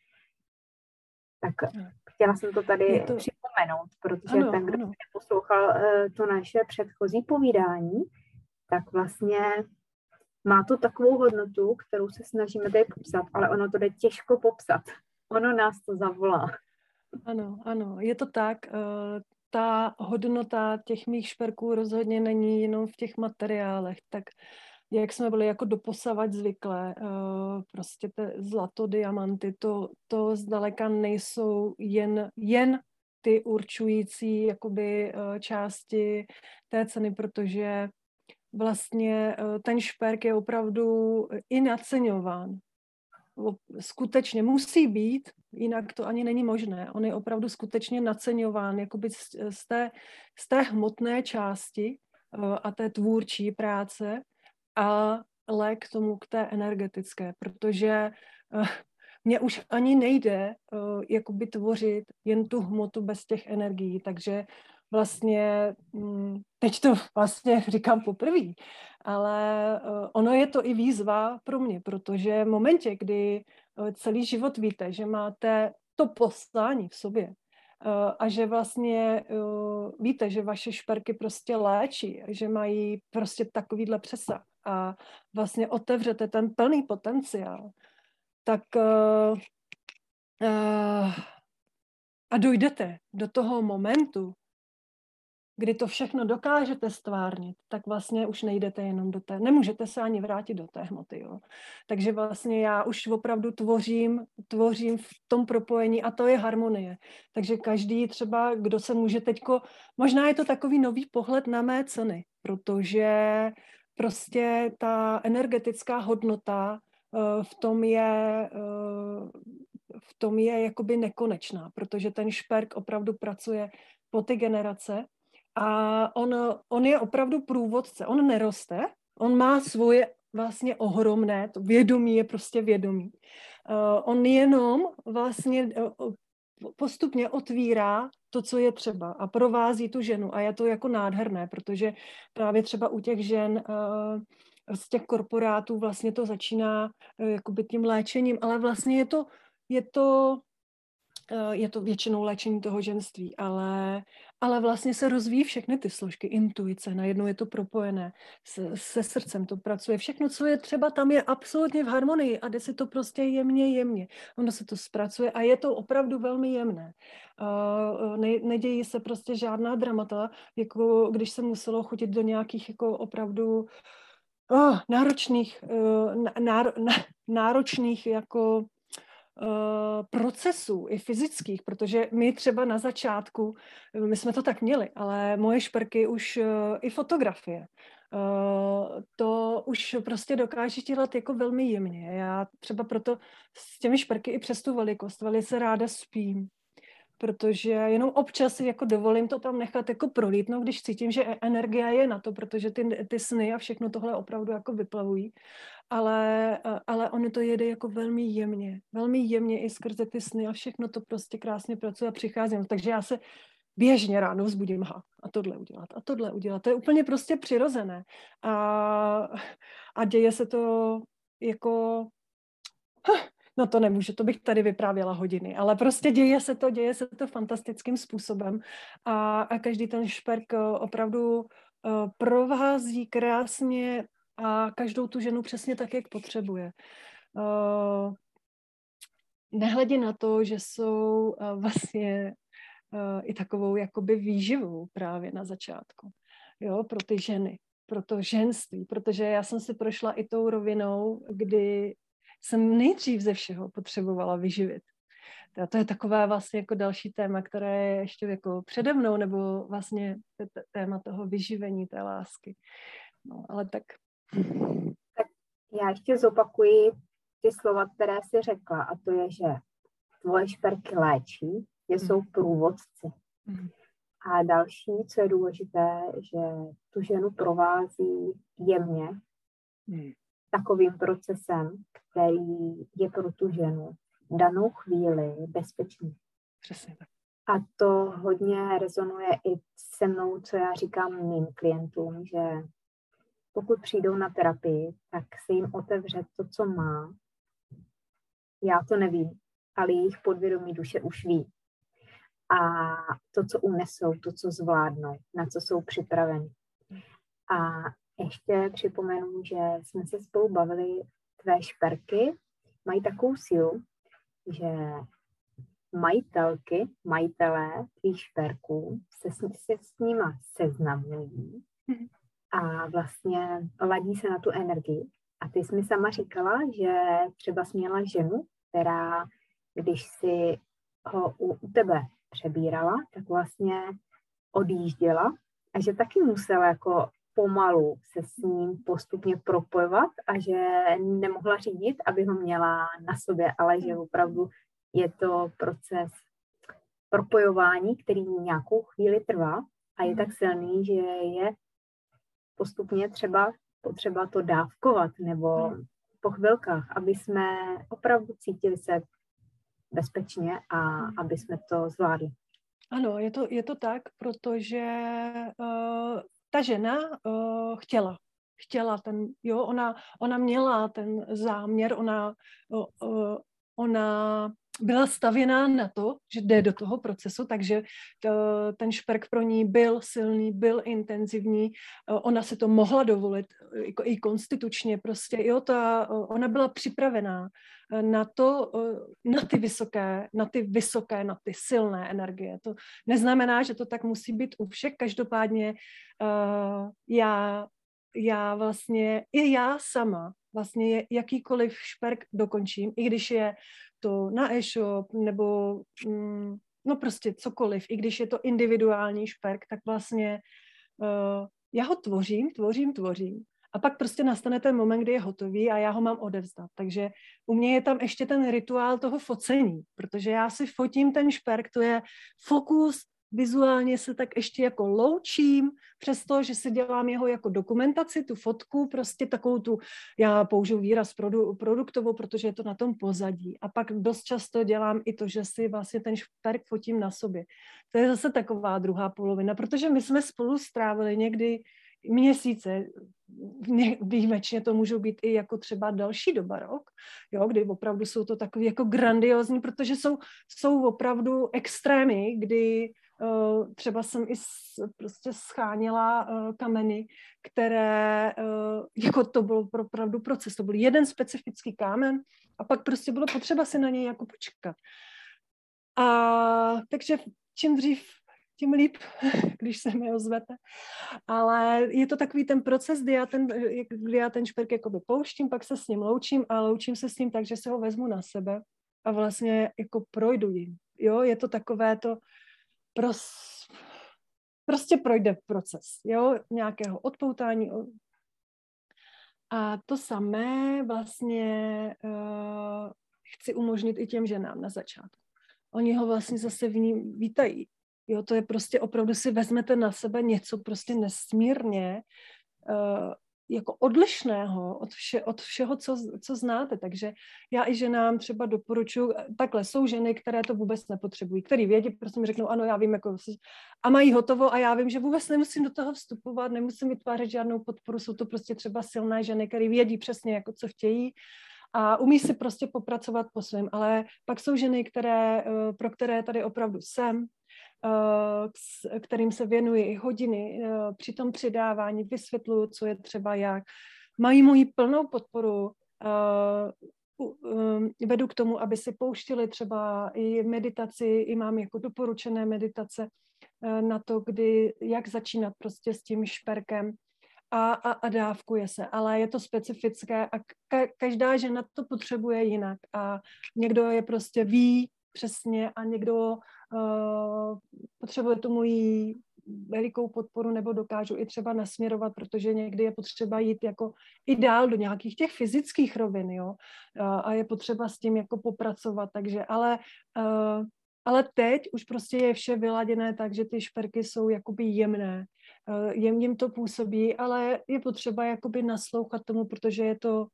Tak chtěla jsem to tady to... připomenout, protože ano, ten, kdo ano. poslouchal uh, to naše předchozí povídání, tak vlastně má to takovou hodnotu, kterou se snažíme tady popsat, ale ono to jde těžko popsat. Ono nás to zavolá. Ano, ano, je to tak. Uh, ta hodnota těch mých šperků rozhodně není jenom v těch materiálech, tak jak jsme byli jako doposavad zvyklé, uh, prostě ty zlato, diamanty, to, to zdaleka nejsou jen, jen ty určující jakoby uh, části té ceny, protože vlastně uh, ten šperk je opravdu i naceňován. Skutečně musí být, jinak to ani není možné. On je opravdu skutečně naceňován jakoby z, z, té, z té hmotné části uh, a té tvůrčí práce, ale k tomu, k té energetické, protože uh, mně už ani nejde uh, jakoby tvořit jen tu hmotu bez těch energií, takže vlastně, um, teď to vlastně říkám poprvé, ale uh, ono je to i výzva pro mě, protože v momentě, kdy uh, celý život víte, že máte to poslání v sobě, uh, a že vlastně uh, víte, že vaše šperky prostě léčí, že mají prostě takovýhle přesah, a vlastně otevřete ten plný potenciál, tak uh, uh, a dojdete do toho momentu, kdy to všechno dokážete stvárnit, tak vlastně už nejdete jenom do té, nemůžete se ani vrátit do té hmoty, jo. Takže vlastně já už opravdu tvořím, tvořím v tom propojení a to je harmonie. Takže každý třeba, kdo se může teďko, možná je to takový nový pohled na mé ceny, protože prostě ta energetická hodnota uh, v tom je uh, v tom je jakoby nekonečná, protože ten šperk opravdu pracuje po ty generace a on, on je opravdu průvodce, on neroste, on má svoje vlastně ohromné, to vědomí je prostě vědomí. Uh, on jenom vlastně uh, postupně otvírá to, co je třeba a provází tu ženu a je to jako nádherné, protože právě třeba u těch žen uh, z těch korporátů vlastně to začíná uh, jakoby tím léčením, ale vlastně je to, je to je to většinou léčení toho ženství, ale, ale vlastně se rozvíjí všechny ty složky, intuice, najednou je to propojené, se, se srdcem to pracuje, všechno, co je třeba, tam je absolutně v harmonii a jde si to prostě jemně, jemně. Ono se to zpracuje a je to opravdu velmi jemné. Uh, ne, nedějí se prostě žádná dramata, jako když se muselo chodit do nějakých jako opravdu oh, náročných, uh, náro, náročných jako Uh, procesů, i fyzických, protože my třeba na začátku, my jsme to tak měli, ale moje šperky už uh, i fotografie, uh, to už prostě dokáže dělat jako velmi jemně. Já třeba proto s těmi šperky i přes tu velikost velice ráda spím, protože jenom občas si jako dovolím to tam nechat jako prolítnout, když cítím, že energie je na to, protože ty, ty sny a všechno tohle opravdu jako vyplavují. Ale, ale ono to jede jako velmi jemně, velmi jemně i skrze ty sny a všechno to prostě krásně pracuje a přicházím. Takže já se běžně ráno vzbudím, ha, a tohle udělat, a tohle udělat. To je úplně prostě přirozené. A, a děje se to jako... No to nemůžu, to bych tady vyprávěla hodiny, ale prostě děje se to, děje se to fantastickým způsobem a, a každý ten šperk opravdu uh, provází krásně a každou tu ženu přesně tak, jak potřebuje. Uh, nehledě na to, že jsou uh, vlastně uh, i takovou jakoby výživou právě na začátku, jo, pro ty ženy, pro to ženství, protože já jsem si prošla i tou rovinou, kdy jsem nejdřív ze všeho potřebovala vyživit. A to je takové vlastně jako další téma, které je ještě jako přede mnou, nebo vlastně téma toho vyživení té lásky. No, ale tak... Tak já ještě zopakuji ty slova, které jsi řekla, a to je, že tvoje šperky léčí, že jsou průvodci. Mm. A další, co je důležité, že tu ženu provází jemně, mm. takovým procesem, který je pro tu ženu v danou chvíli bezpečný. Přesně tak. A to hodně rezonuje i se mnou, co já říkám mým klientům, že pokud přijdou na terapii, tak se jim otevře to, co má. Já to nevím, ale jejich podvědomí duše už ví. A to, co unesou, to, co zvládnou, na co jsou připraveni. A ještě připomenu, že jsme se spolu bavili, tvé šperky mají takovou sílu, že majitelky, majitelé tvých šperků se s, se s nima seznamují a vlastně ladí se na tu energii. A ty jsi mi sama říkala, že třeba jsi měla ženu, která, když si ho u, u tebe přebírala, tak vlastně odjížděla a že taky musela jako pomalu se s ním postupně propojovat a že nemohla řídit, aby ho měla na sobě, ale že opravdu je to proces propojování, který nějakou chvíli trvá a je tak silný, že je postupně třeba potřeba to dávkovat nebo po chvilkách, aby jsme opravdu cítili se bezpečně a aby jsme to zvládli. Ano, je to, je to tak, protože uh, ta žena uh, chtěla. Chtěla ten, jo, ona, ona měla ten záměr, ona, uh, uh, ona byla stavěná na to, že jde do toho procesu, takže to, ten šperk pro ní byl silný, byl intenzivní, ona si to mohla dovolit i, i konstitučně prostě, jo, ta, ona byla připravená na to, na ty vysoké, na ty vysoké, na ty silné energie. To neznamená, že to tak musí být u všech, každopádně uh, já, já vlastně, i já sama vlastně jakýkoliv šperk dokončím, i když je to na e-shop nebo mm, no prostě cokoliv, i když je to individuální šperk, tak vlastně uh, já ho tvořím, tvořím, tvořím a pak prostě nastane ten moment, kdy je hotový a já ho mám odevzdat. Takže u mě je tam ještě ten rituál toho focení, protože já si fotím ten šperk, to je fokus vizuálně se tak ještě jako loučím, přesto, že si dělám jeho jako dokumentaci, tu fotku, prostě takovou tu, já použiju výraz produ, produktovou, protože je to na tom pozadí. A pak dost často dělám i to, že si vlastně ten šperk fotím na sobě. To je zase taková druhá polovina, protože my jsme spolu strávili někdy měsíce, výjimečně to můžou být i jako třeba další doba, rok, jo, kdy opravdu jsou to takový jako grandiozní, protože jsou, jsou opravdu extrémy, kdy uh, třeba jsem i s, prostě scháněla uh, kameny, které, uh, jako to byl opravdu proces, to byl jeden specifický kámen a pak prostě bylo potřeba si na něj jako počkat. A takže čím dřív tím líp, když se mi ozvete. Ale je to takový ten proces, kdy já ten, kdy já ten šperk jakoby pouštím, pak se s ním loučím a loučím se s ním tak, že se ho vezmu na sebe a vlastně jako projdu jim. Jo, je to takové to pros, prostě projde proces, jo, nějakého odpoutání. A to samé vlastně uh, chci umožnit i těm ženám na začátku. Oni ho vlastně zase v ní vítají. Jo, to je prostě opravdu si vezmete na sebe něco prostě nesmírně uh, jako odlišného od, vše, od všeho, co, co znáte. Takže já i ženám třeba doporučuji, takhle jsou ženy, které to vůbec nepotřebují, který vědí, prostě mi řeknou, ano, já vím, jako, a mají hotovo a já vím, že vůbec nemusím do toho vstupovat, nemusím vytvářet žádnou podporu, jsou to prostě třeba silné ženy, které vědí přesně, jako co chtějí a umí si prostě popracovat po svém, ale pak jsou ženy, které, pro které tady opravdu jsem, kterým se věnuji i hodiny, při tom přidávání vysvětluju, co je třeba jak. Mají moji plnou podporu, vedu k tomu, aby si pouštili třeba i meditaci, i mám jako doporučené meditace na to, kdy, jak začínat prostě s tím šperkem a, a, a dávkuje se, ale je to specifické a ka, každá žena to potřebuje jinak a někdo je prostě ví přesně a někdo Uh, potřebuje tu moji velikou podporu nebo dokážu i třeba nasměrovat, protože někdy je potřeba jít jako i dál do nějakých těch fyzických rovin, jo, uh, a je potřeba s tím jako popracovat, takže, ale, uh, ale teď už prostě je vše vyladěné tak, že ty šperky jsou jakoby jemné, uh, jem jim to působí, ale je potřeba jakoby naslouchat tomu, protože je to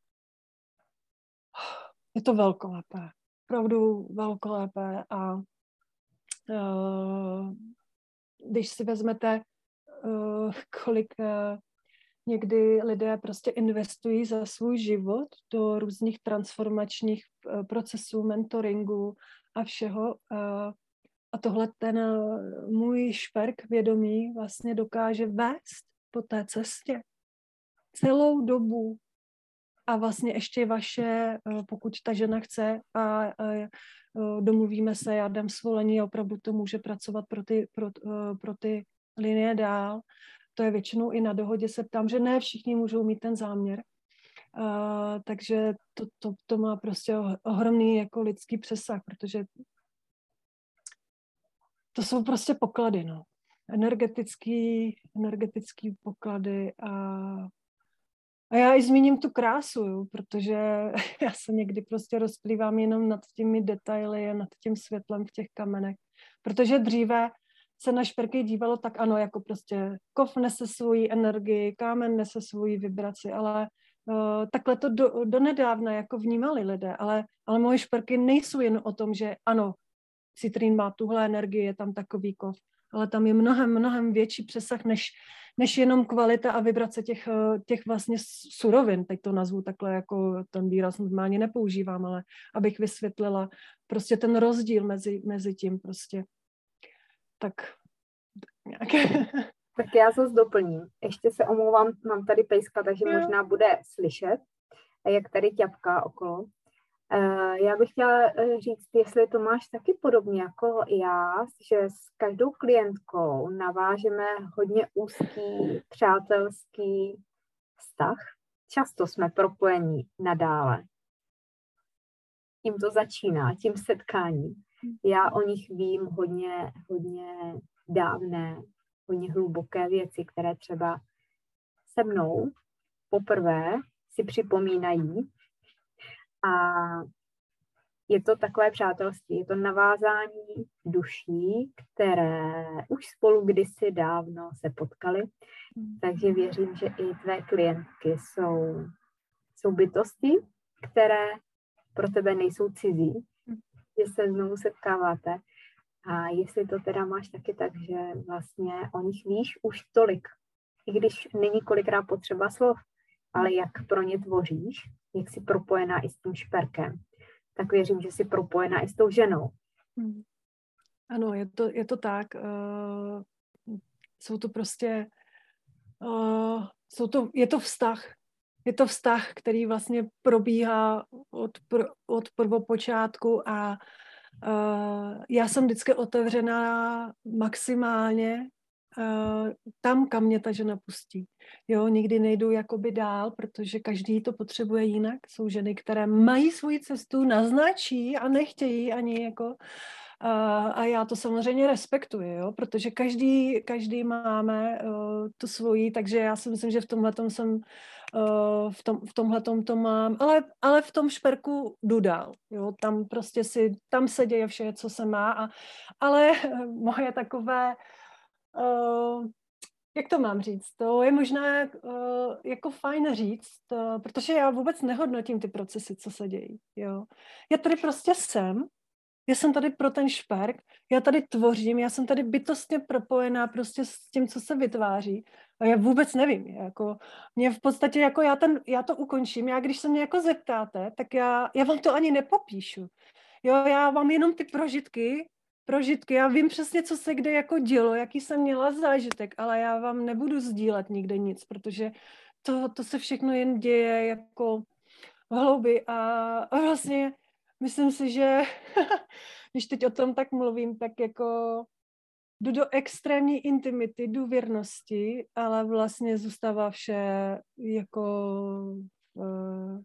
je to velkolepé, opravdu velkolepé a Uh, když si vezmete, uh, kolik uh, někdy lidé prostě investují za svůj život do různých transformačních uh, procesů, mentoringu a všeho. Uh, a tohle ten uh, můj šperk vědomí vlastně dokáže vést po té cestě celou dobu. A vlastně ještě vaše, pokud ta žena chce a, a domluvíme se, já dám svolení a opravdu to může pracovat pro ty, pro, pro ty linie dál. To je většinou i na dohodě se ptám, že ne všichni můžou mít ten záměr. Uh, takže to, to, to má prostě ohromný jako lidský přesah, protože to jsou prostě poklady, no. Energetický, energetický poklady a A já i zmíním tu krásu, jo, protože já se někdy prostě rozplývám jenom nad těmi detaily a nad tím světlem v těch kamenech. Protože dříve se na šperky dívalo tak ano, jako prostě kov nese svoji energii, kámen nese svoji vibraci, ale uh, takhle to do, donedávna jako vnímali lidé, ale, ale moje šperky nejsou jen o tom, že ano, citrín má tuhle energii, je tam takový kov, ale tam je mnohem, mnohem větší přesah, než, než jenom kvalita a vibrace těch, těch vlastně surovin. Teď to nazvu takhle, jako ten výraz normálně nepoužívám, ale abych vysvětlila prostě ten rozdíl mezi, mezi tím prostě. Tak nějak. Tak já zase doplním. Ještě se omlouvám, mám tady pejska, takže jo. Možná bude slyšet, jak tady ťapká okolo. Já bych chtěla říct, jestli to máš taky podobně jako já, že s každou klientkou navážeme hodně úzký, přátelský vztah. Často jsme propojení nadále. Tím to začíná, tím setkáním. Já o nich vím hodně, hodně dávné, hodně hluboké věci, které třeba se mnou poprvé si připomínají. A je to takové přátelství, je to navázání duší, které už spolu kdysi dávno se potkali, takže věřím, že i tvé klientky jsou, jsou bytosti, které pro tebe nejsou cizí, že se znovu setkáváte. A jestli to teda máš taky tak, že vlastně o nich víš už tolik, i když není kolikrát potřeba slov, ale jak pro ně tvoříš, jak jsi propojená i s tím šperkem, tak věřím, že jsi propojená i s tou ženou. Hmm. Ano, je to, je to tak. Uh, jsou to prostě, uh, jsou to, je to vztah. Je to vztah, který vlastně probíhá od, pr, od prvopočátku a uh, já jsem vždycky otevřená maximálně uh, tam, kam mě ta žena pustí. Jo, nikdy nejdu jakoby dál, protože každý to potřebuje jinak. Jsou ženy, které mají svoji cestu, naznačí a nechtějí ani jako a, a já to samozřejmě respektuji, jo, protože každý, každý máme uh, tu svoji, takže já si myslím, že v tomhletom jsem, uh, v, tom, v tomhletom to mám, ale, ale v tom šperku jdu dál, jo, tam prostě si, tam se děje vše, co se má, a, ale moje takové, uh, jak to mám říct, to je možná uh, jako fajn říct, uh, protože já vůbec nehodnotím ty procesy, co se dějí, jo. Já tady prostě jsem, já jsem tady pro ten šperk, já tady tvořím, já jsem tady bytostně propojená prostě s tím, co se vytváří. A já vůbec nevím, jako mě v podstatě, jako já, ten, já to ukončím, já když se mě jako zeptáte, tak já, já vám to ani nepopíšu. Jo, já vám jenom ty prožitky, prožitky, já vím přesně, co se kde jako dělo, jaký jsem měla zážitek, ale já vám nebudu sdílet nikde nic, protože to, to se všechno jen děje jako v hloubi a, a vlastně myslím si, že když teď o tom tak mluvím, tak jako jdu do extrémní intimity, důvěrnosti, ale vlastně zůstává vše jako uh,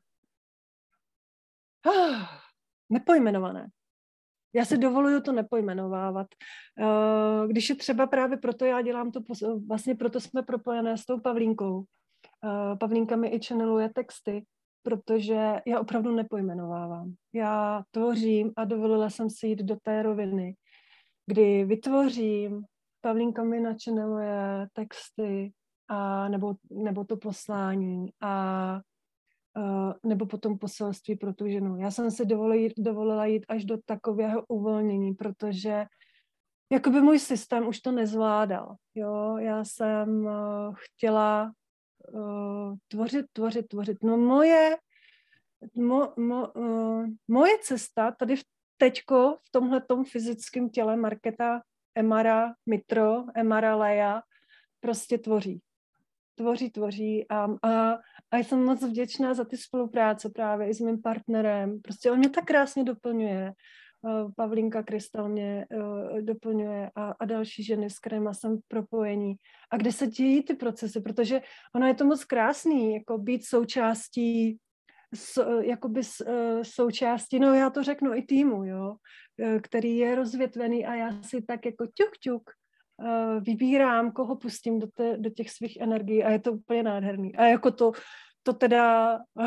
uh, nepojmenované. Já si dovoluju to nepojmenovávat. Uh, když je třeba právě proto, já dělám to, vlastně proto jsme propojené s tou Pavlínkou. Uh, Pavlínka mi i channeluje texty, protože já opravdu nepojmenovávám. Já tvořím a dovolila jsem si jít do té roviny, kdy vytvořím, Pavlínka mi načeneluje texty a nebo, nebo to poslání a uh, nebo potom poselství pro tu ženu. Já jsem si dovolila jít, dovolila jít až do takového uvolnění, protože jakoby můj systém už to nezvládal. Jo? Já jsem uh, chtěla Uh, tvořit, tvořit, tvořit. No moje, mo, mo, uh, moje cesta tady v teďko v tomhletom fyzickém těle Markéta Emara Mitro, Emara Leja prostě tvoří. Tvoří, tvoří a, a, a jsem moc vděčná za ty spolupráce právě i s mým partnerem. Prostě on mě tak krásně doplňuje. Pavlínka Krystal mě uh, doplňuje a, a další ženy, s kterými jsem v propojení. A kde se dějí ty procesy, protože ono je to moc krásný, jako být součástí, s, jakoby s, uh, součástí, no já to řeknu i týmu, jo, který je rozvětvený a já si tak jako ťuk, ťuk uh, vybírám, koho pustím do, te, do těch svých energií a je to úplně nádherný. A jako to, to teda uh,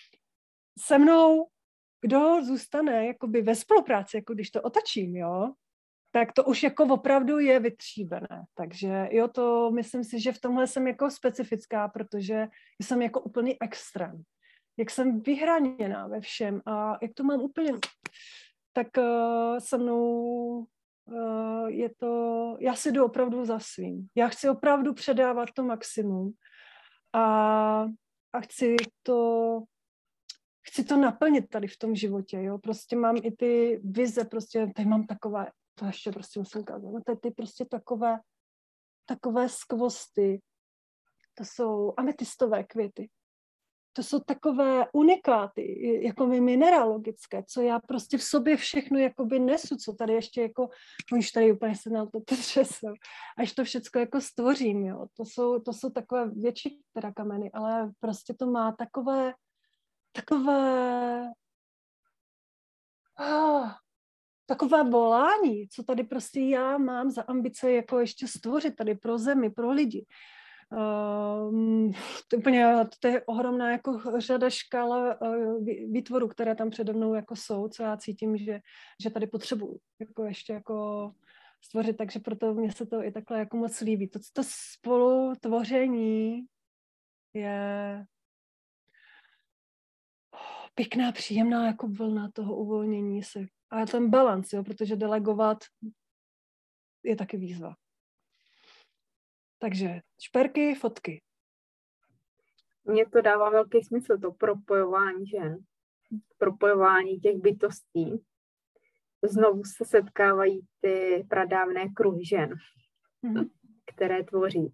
se mnou kdo zůstane jakoby ve spolupráci, jako když to otočím, jo, tak to už jako opravdu je vytříbené. Takže jo, to myslím si, že v tomhle jsem jako specifická, protože jsem jako úplný extrém. Jak jsem vyhraněná ve všem a jak to mám úplně, tak uh, se mnou uh, je to, já si jdu opravdu za svým. Já chci opravdu předávat to maximum a, a chci to chci to naplnit tady v tom životě, jo, prostě mám i ty vize, prostě tady mám takové, to ještě prostě musím kázat, no tady ty prostě takové, takové skvosty, to jsou ametystové květy, to jsou takové unikáty, jako mineralogické, co já prostě v sobě všechno jakoby nesu, co tady ještě jako, už tady úplně se na to třesou, až to všecko jako stvořím, jo, to jsou, to jsou takové větší teda kameny, ale prostě to má takové takové ah, takové volání, co tady prostě já mám za ambice jako ještě stvořit tady pro zemi, pro lidi. Um, to, úplně, to je ohromná jako řada škál uh, výtvorů, které tam přede mnou jako jsou, co já cítím, že, že tady potřebuju jako ještě jako stvořit, takže proto mě se to i takhle jako moc líbí. To, to spolu tvoření je pěkná, příjemná jako vlna toho uvolnění se. A ten balans, jo, protože delegovat je taky výzva. Takže šperky, fotky. Mně to dává velký smysl, to propojování žen, propojování těch bytostí. Znovu se setkávají ty pradávné kruhy žen, mm-hmm. které tvoří.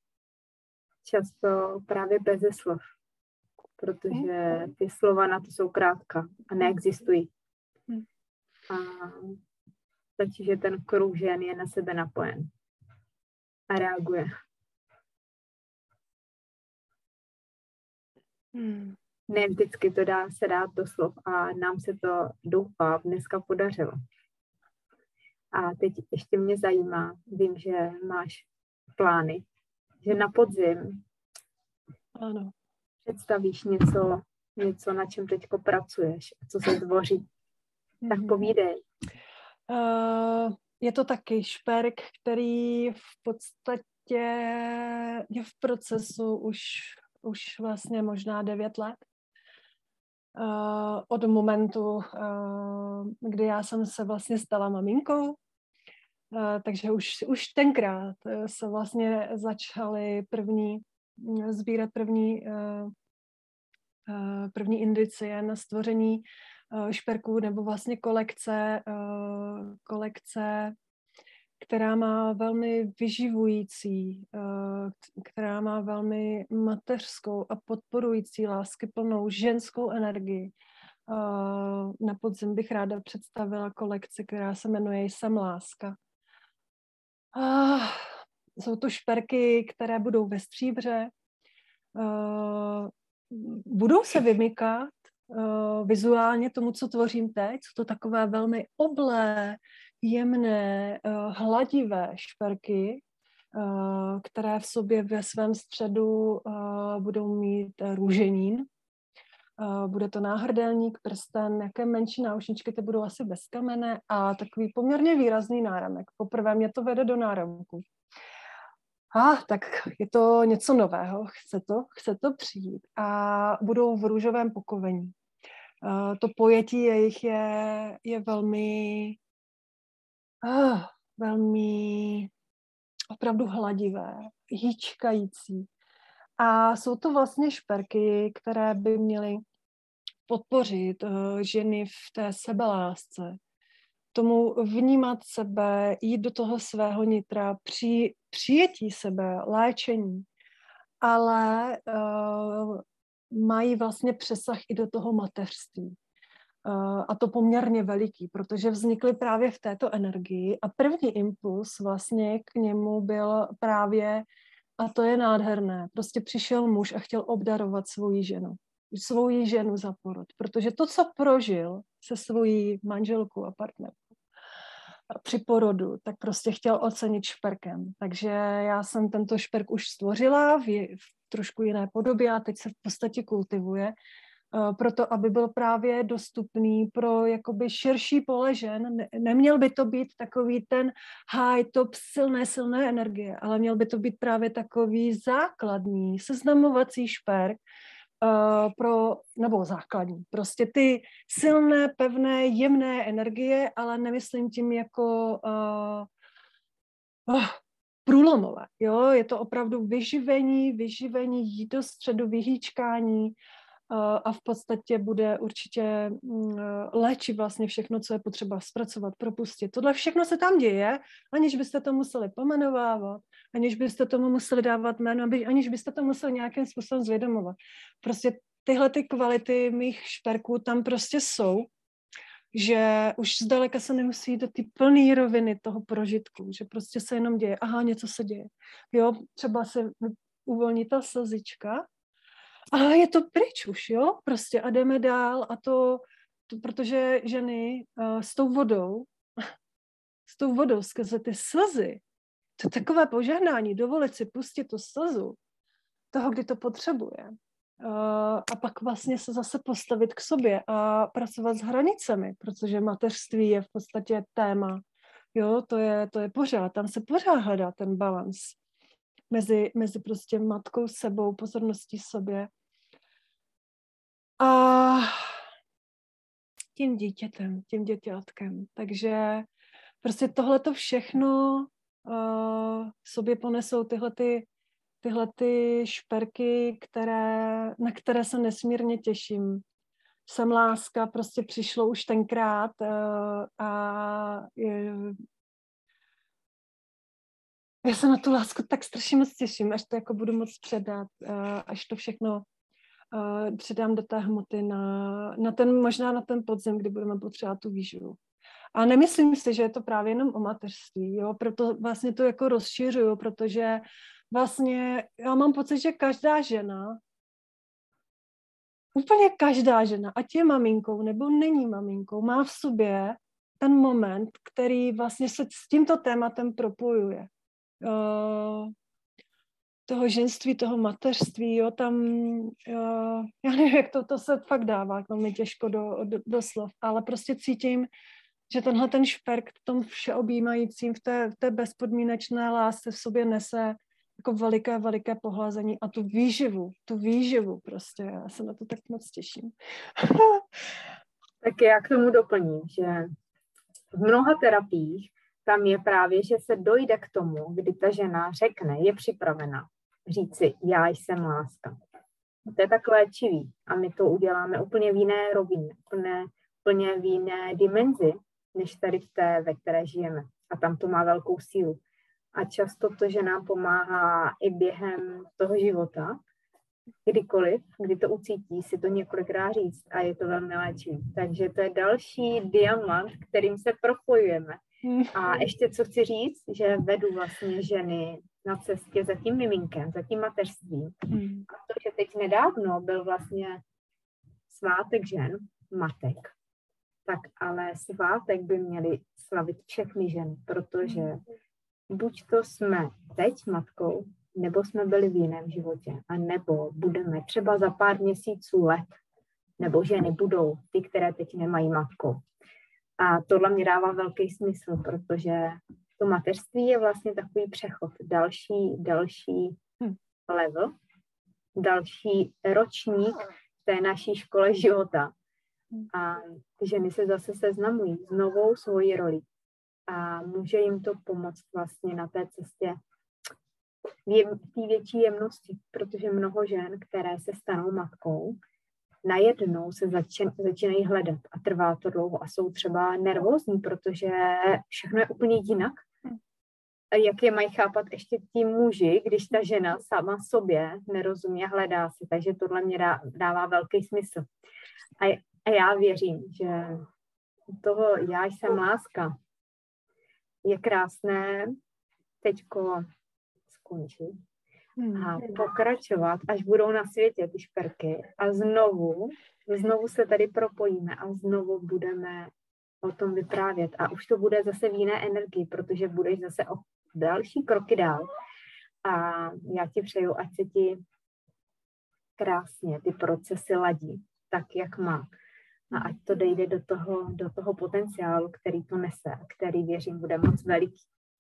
Často právě beze slov, protože ty slova na to jsou krátká a neexistují. Mm. A stačí, že ten kruh žen je na sebe napojen a reaguje. Hmm. Ne vždycky to dá se dát do slov a nám se to, doufám, dneska podařilo. A teď ještě mě zajímá, vím, že máš plány, že na podzim ano. představíš něco, něco, na čem teďko pracuješ, co se tvoří. Mm-hmm. Tak povídej. Uh, je to taky šperk, který v podstatě je v procesu už, už vlastně možná devět let. Uh, od momentu, uh, kdy já jsem se vlastně stala maminkou, uh, takže už, už tenkrát se vlastně začaly první, sbírat první, uh, uh, první indicie na stvoření uh, šperků nebo vlastně kolekce, uh, kolekce, která má velmi vyživující, uh, která má velmi mateřskou a podporující láskyplnou ženskou energii. Uh, na podzim bych ráda představila kolekci, která se jmenuje Jsem láska. Uh, jsou to šperky, které budou ve stříbře, uh, budou se vymykat uh, vizuálně tomu, co tvořím teď. Jsou to takové velmi oblé, jemné, uh, hladivé šperky, uh, které v sobě ve svém středu uh, budou mít růženín. Uh, bude to náhrdelník, prsten, nějaké menší náušničky, ty budou asi bezkamenné a takový poměrně výrazný náramek. Poprvé mě to vede do náramku. A ah, tak je to něco nového, chce to, chce to přijít a budou v růžovém pokovení. Uh, to pojetí jejich je, je velmi, uh, velmi opravdu hladivé, hýčkající. A jsou to vlastně šperky, které by měly podpořit uh, ženy v té sebelásce, tomu vnímat sebe, jít do toho svého nitra, při, přijetí sebe, léčení, ale uh, mají vlastně přesah i do toho mateřství. Uh, a to poměrně veliký, protože vznikly právě v této energii a první impuls vlastně k němu byl právě, a to je nádherné, prostě přišel muž a chtěl obdarovat svoji ženu. Svoji ženu za porod, protože to, co prožil se svojí manželkou a partnerkou při porodu, tak prostě chtěl ocenit šperkem. Takže já jsem tento šperk už stvořila v, je, v trošku jiné podobě a teď se v podstatě kultivuje, uh, proto aby byl právě dostupný pro jakoby širší pole žen. Ne, neměl by to být takový ten high top silné, silné energie, ale měl by to být právě takový základní seznamovací šperk, Uh, pro, nebo základní, prostě ty silné, pevné, jemné energie, ale nemyslím tím jako uh, uh, průlomové, jo, je to opravdu vyživení, vyživení, jít do středu, vyhýčkání uh, a v podstatě bude určitě uh, léčit vlastně všechno, co je potřeba zpracovat, propustit. Tohle všechno se tam děje, aniž byste to museli pomenovávat, aniž byste tomu museli dávat jméno, aniž byste to museli nějakým způsobem zvědomovat. Prostě tyhle ty kvality mých šperků tam prostě jsou, že už zdaleka se nemusí jít do ty plné roviny toho prožitku, že prostě se jenom děje, aha, něco se děje. Jo, třeba se uvolní ta slzička a je to pryč už, jo, prostě a jdeme dál a to, to protože ženy uh, s tou vodou, s tou vodou skrze ty slzy, to takové požehnání, dovolit si pustit tu slzu toho, kdy to potřebuje. Uh, a pak vlastně se zase postavit k sobě a pracovat s hranicemi, protože mateřství je v podstatě téma. Jo, to je, to je pořád, tam se pořád hledá ten balans mezi, mezi prostě matkou sebou, pozorností sobě a tím dítětem, tím děťátkem. Takže prostě tohleto všechno uh, sobě ponesou tyhle ty tyhle ty šperky, které, na které se nesmírně těším. Jsem láska, prostě přišlo už tenkrát uh, a je, já se na tu lásku tak strašně moc těším, až to jako budu moc předat, uh, až to všechno uh, předám do té hmoty na, na ten, možná na ten podzim, kdy budeme potřebovat tu výživu. A nemyslím si, že je to právě jenom o mateřství, jo, proto vlastně to jako rozšiřuju, protože vlastně já mám pocit, že každá žena, úplně každá žena, ať je maminkou nebo není maminkou, má v sobě ten moment, který vlastně se s tímto tématem propojuje. Uh, toho ženství, toho mateřství, jo, tam, uh, já nevím, jak to, to se fakt dává, to mi těžko do, do, do slov, ale prostě cítím, že tenhle ten šperk v tom všeobjímajícím, v té, v té bezpodmínečné lásce v sobě nese jako veliké, veliké pohlazení a tu výživu, tu výživu prostě, já se na to tak moc těším. Tak já k tomu doplním, že v mnoha terapiích tam je právě, že se dojde k tomu, kdy ta žena řekne, je připravena říct si, já jsem láska. To je tak léčivý a my to uděláme úplně v jiné rovině, úplně, úplně v jiné dimenzi, než tady v té, ve které žijeme. A tam to má velkou sílu. A často to, že nám pomáhá i během toho života, kdykoliv, kdy to ucítí, si to několikrát říct a je to velmi léčivý. Takže to je další diamant, kterým se propojujeme. A ještě co chci říct, že vedu vlastně ženy na cestě za tím miminkem, za tím mateřstvím. A to, že teď nedávno byl vlastně svátek žen, matek, tak ale svátek by měly slavit všechny ženy, protože buď to jsme teď matkou, nebo jsme byli v jiném životě, a nebo budeme třeba za pár měsíců, let, nebo ženy budou ty, které teď nemají matkou. A tohle mi dává velký smysl, protože to mateřství je vlastně takový přechod, další, další level, další ročník té naší škole života. A ty ženy se zase seznamují s novou svojí roli. A může jim to pomoct vlastně na té cestě v té větší jemnosti, protože mnoho žen, které se stanou matkou, najednou se začín, začínají hledat a trvá to dlouho a jsou třeba nervózní, protože všechno je úplně jinak. Jak je mají chápat ještě ti muži, když ta žena sama sobě nerozumí a hledá si. Takže tohle mě dá, dává velký smysl. A, a já věřím, že toho já jsem láska je krásné teďko skončit a pokračovat, až budou na světě ty šperky a znovu, znovu se tady propojíme a znovu budeme o tom vyprávět a už to bude zase v jiné energii, protože budeš zase o další kroky dál a já ti přeju, ať se ti krásně ty procesy ladí tak, jak má a ať to dojde do toho, do toho potenciálu, který to nese a který, věřím, bude moc veliký.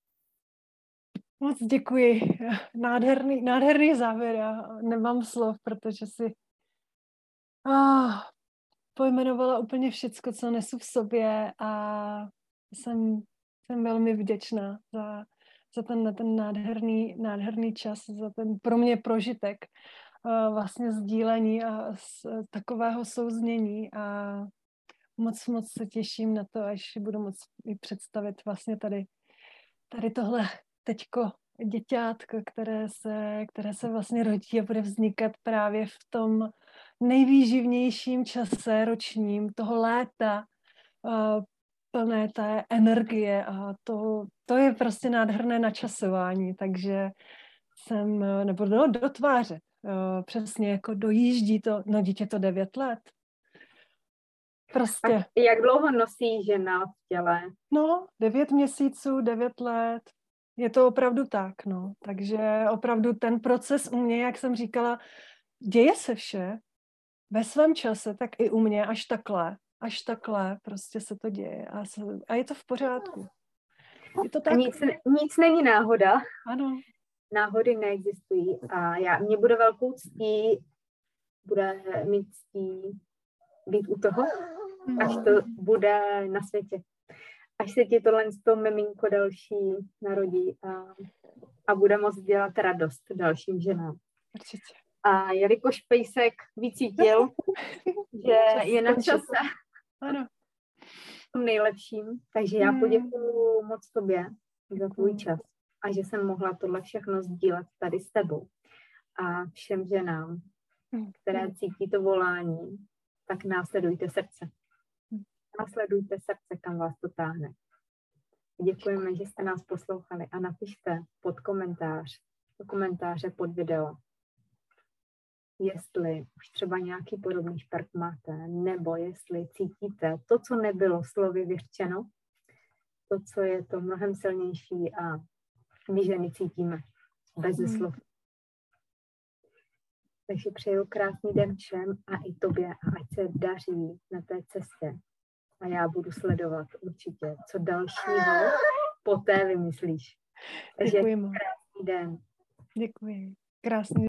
Moc děkuji. Nádherný, nádherný závěr. Já nemám slov, protože si ah, pojmenovala úplně všecko, co nesu v sobě a jsem, jsem velmi vděčná za, za ten, ten nádherný, nádherný čas, za ten pro mě prožitek uh, vlastně sdílení a z, takového souznění a moc, moc se těším na to, až budu moc i představit vlastně tady, tady tohle teďko děťátko, které se, které se vlastně rodí a bude vznikat právě v tom nejvýživnějším čase ročním, toho léta, uh, plné té energie a to, to je prostě nádherné načasování, takže jsem, nebo do, do tváře, uh, přesně jako dojíždí to, no dítě to devět let. Prostě. A jak dlouho nosí žena v těle? No, devět měsíců, devět let. Je to opravdu tak, no. Takže opravdu ten proces u mě, jak jsem říkala, děje se vše ve svém čase, tak i u mě až takhle, až takhle prostě se to děje a, se, a je to v pořádku. Je to tak. A nic, nic není náhoda. Ano. Náhody neexistují a já, mě bude velkou ctí, bude mít ctí být u toho, až to bude na světě. Až se ti tohle to miminko další narodí a, a bude moct dělat radost dalším ženám. Určitě. A jelikož pejsek vycítil, že je na čase ano. nejlepším, takže já poděkuju moc tobě za tvůj čas a že jsem mohla tohle všechno sdílet tady s tebou. A všem ženám, které cítí to volání, tak následujte srdce. Následujte srdce, kam vás to táhne. Děkujeme, že jste nás poslouchali a napište pod komentář, do komentáře pod video, jestli už třeba nějaký podobný šperk máte, nebo jestli cítíte to, co nebylo slovy vyřčeno, to, co je to mnohem silnější a my ženy cítíme bez slov. Takže přeju krásný den všem a i tobě a ať se daří na té cestě. A já budu sledovat určitě, co dalšího poté vymyslíš. Takže Děkuji. krásný den. Děkuji. Krásný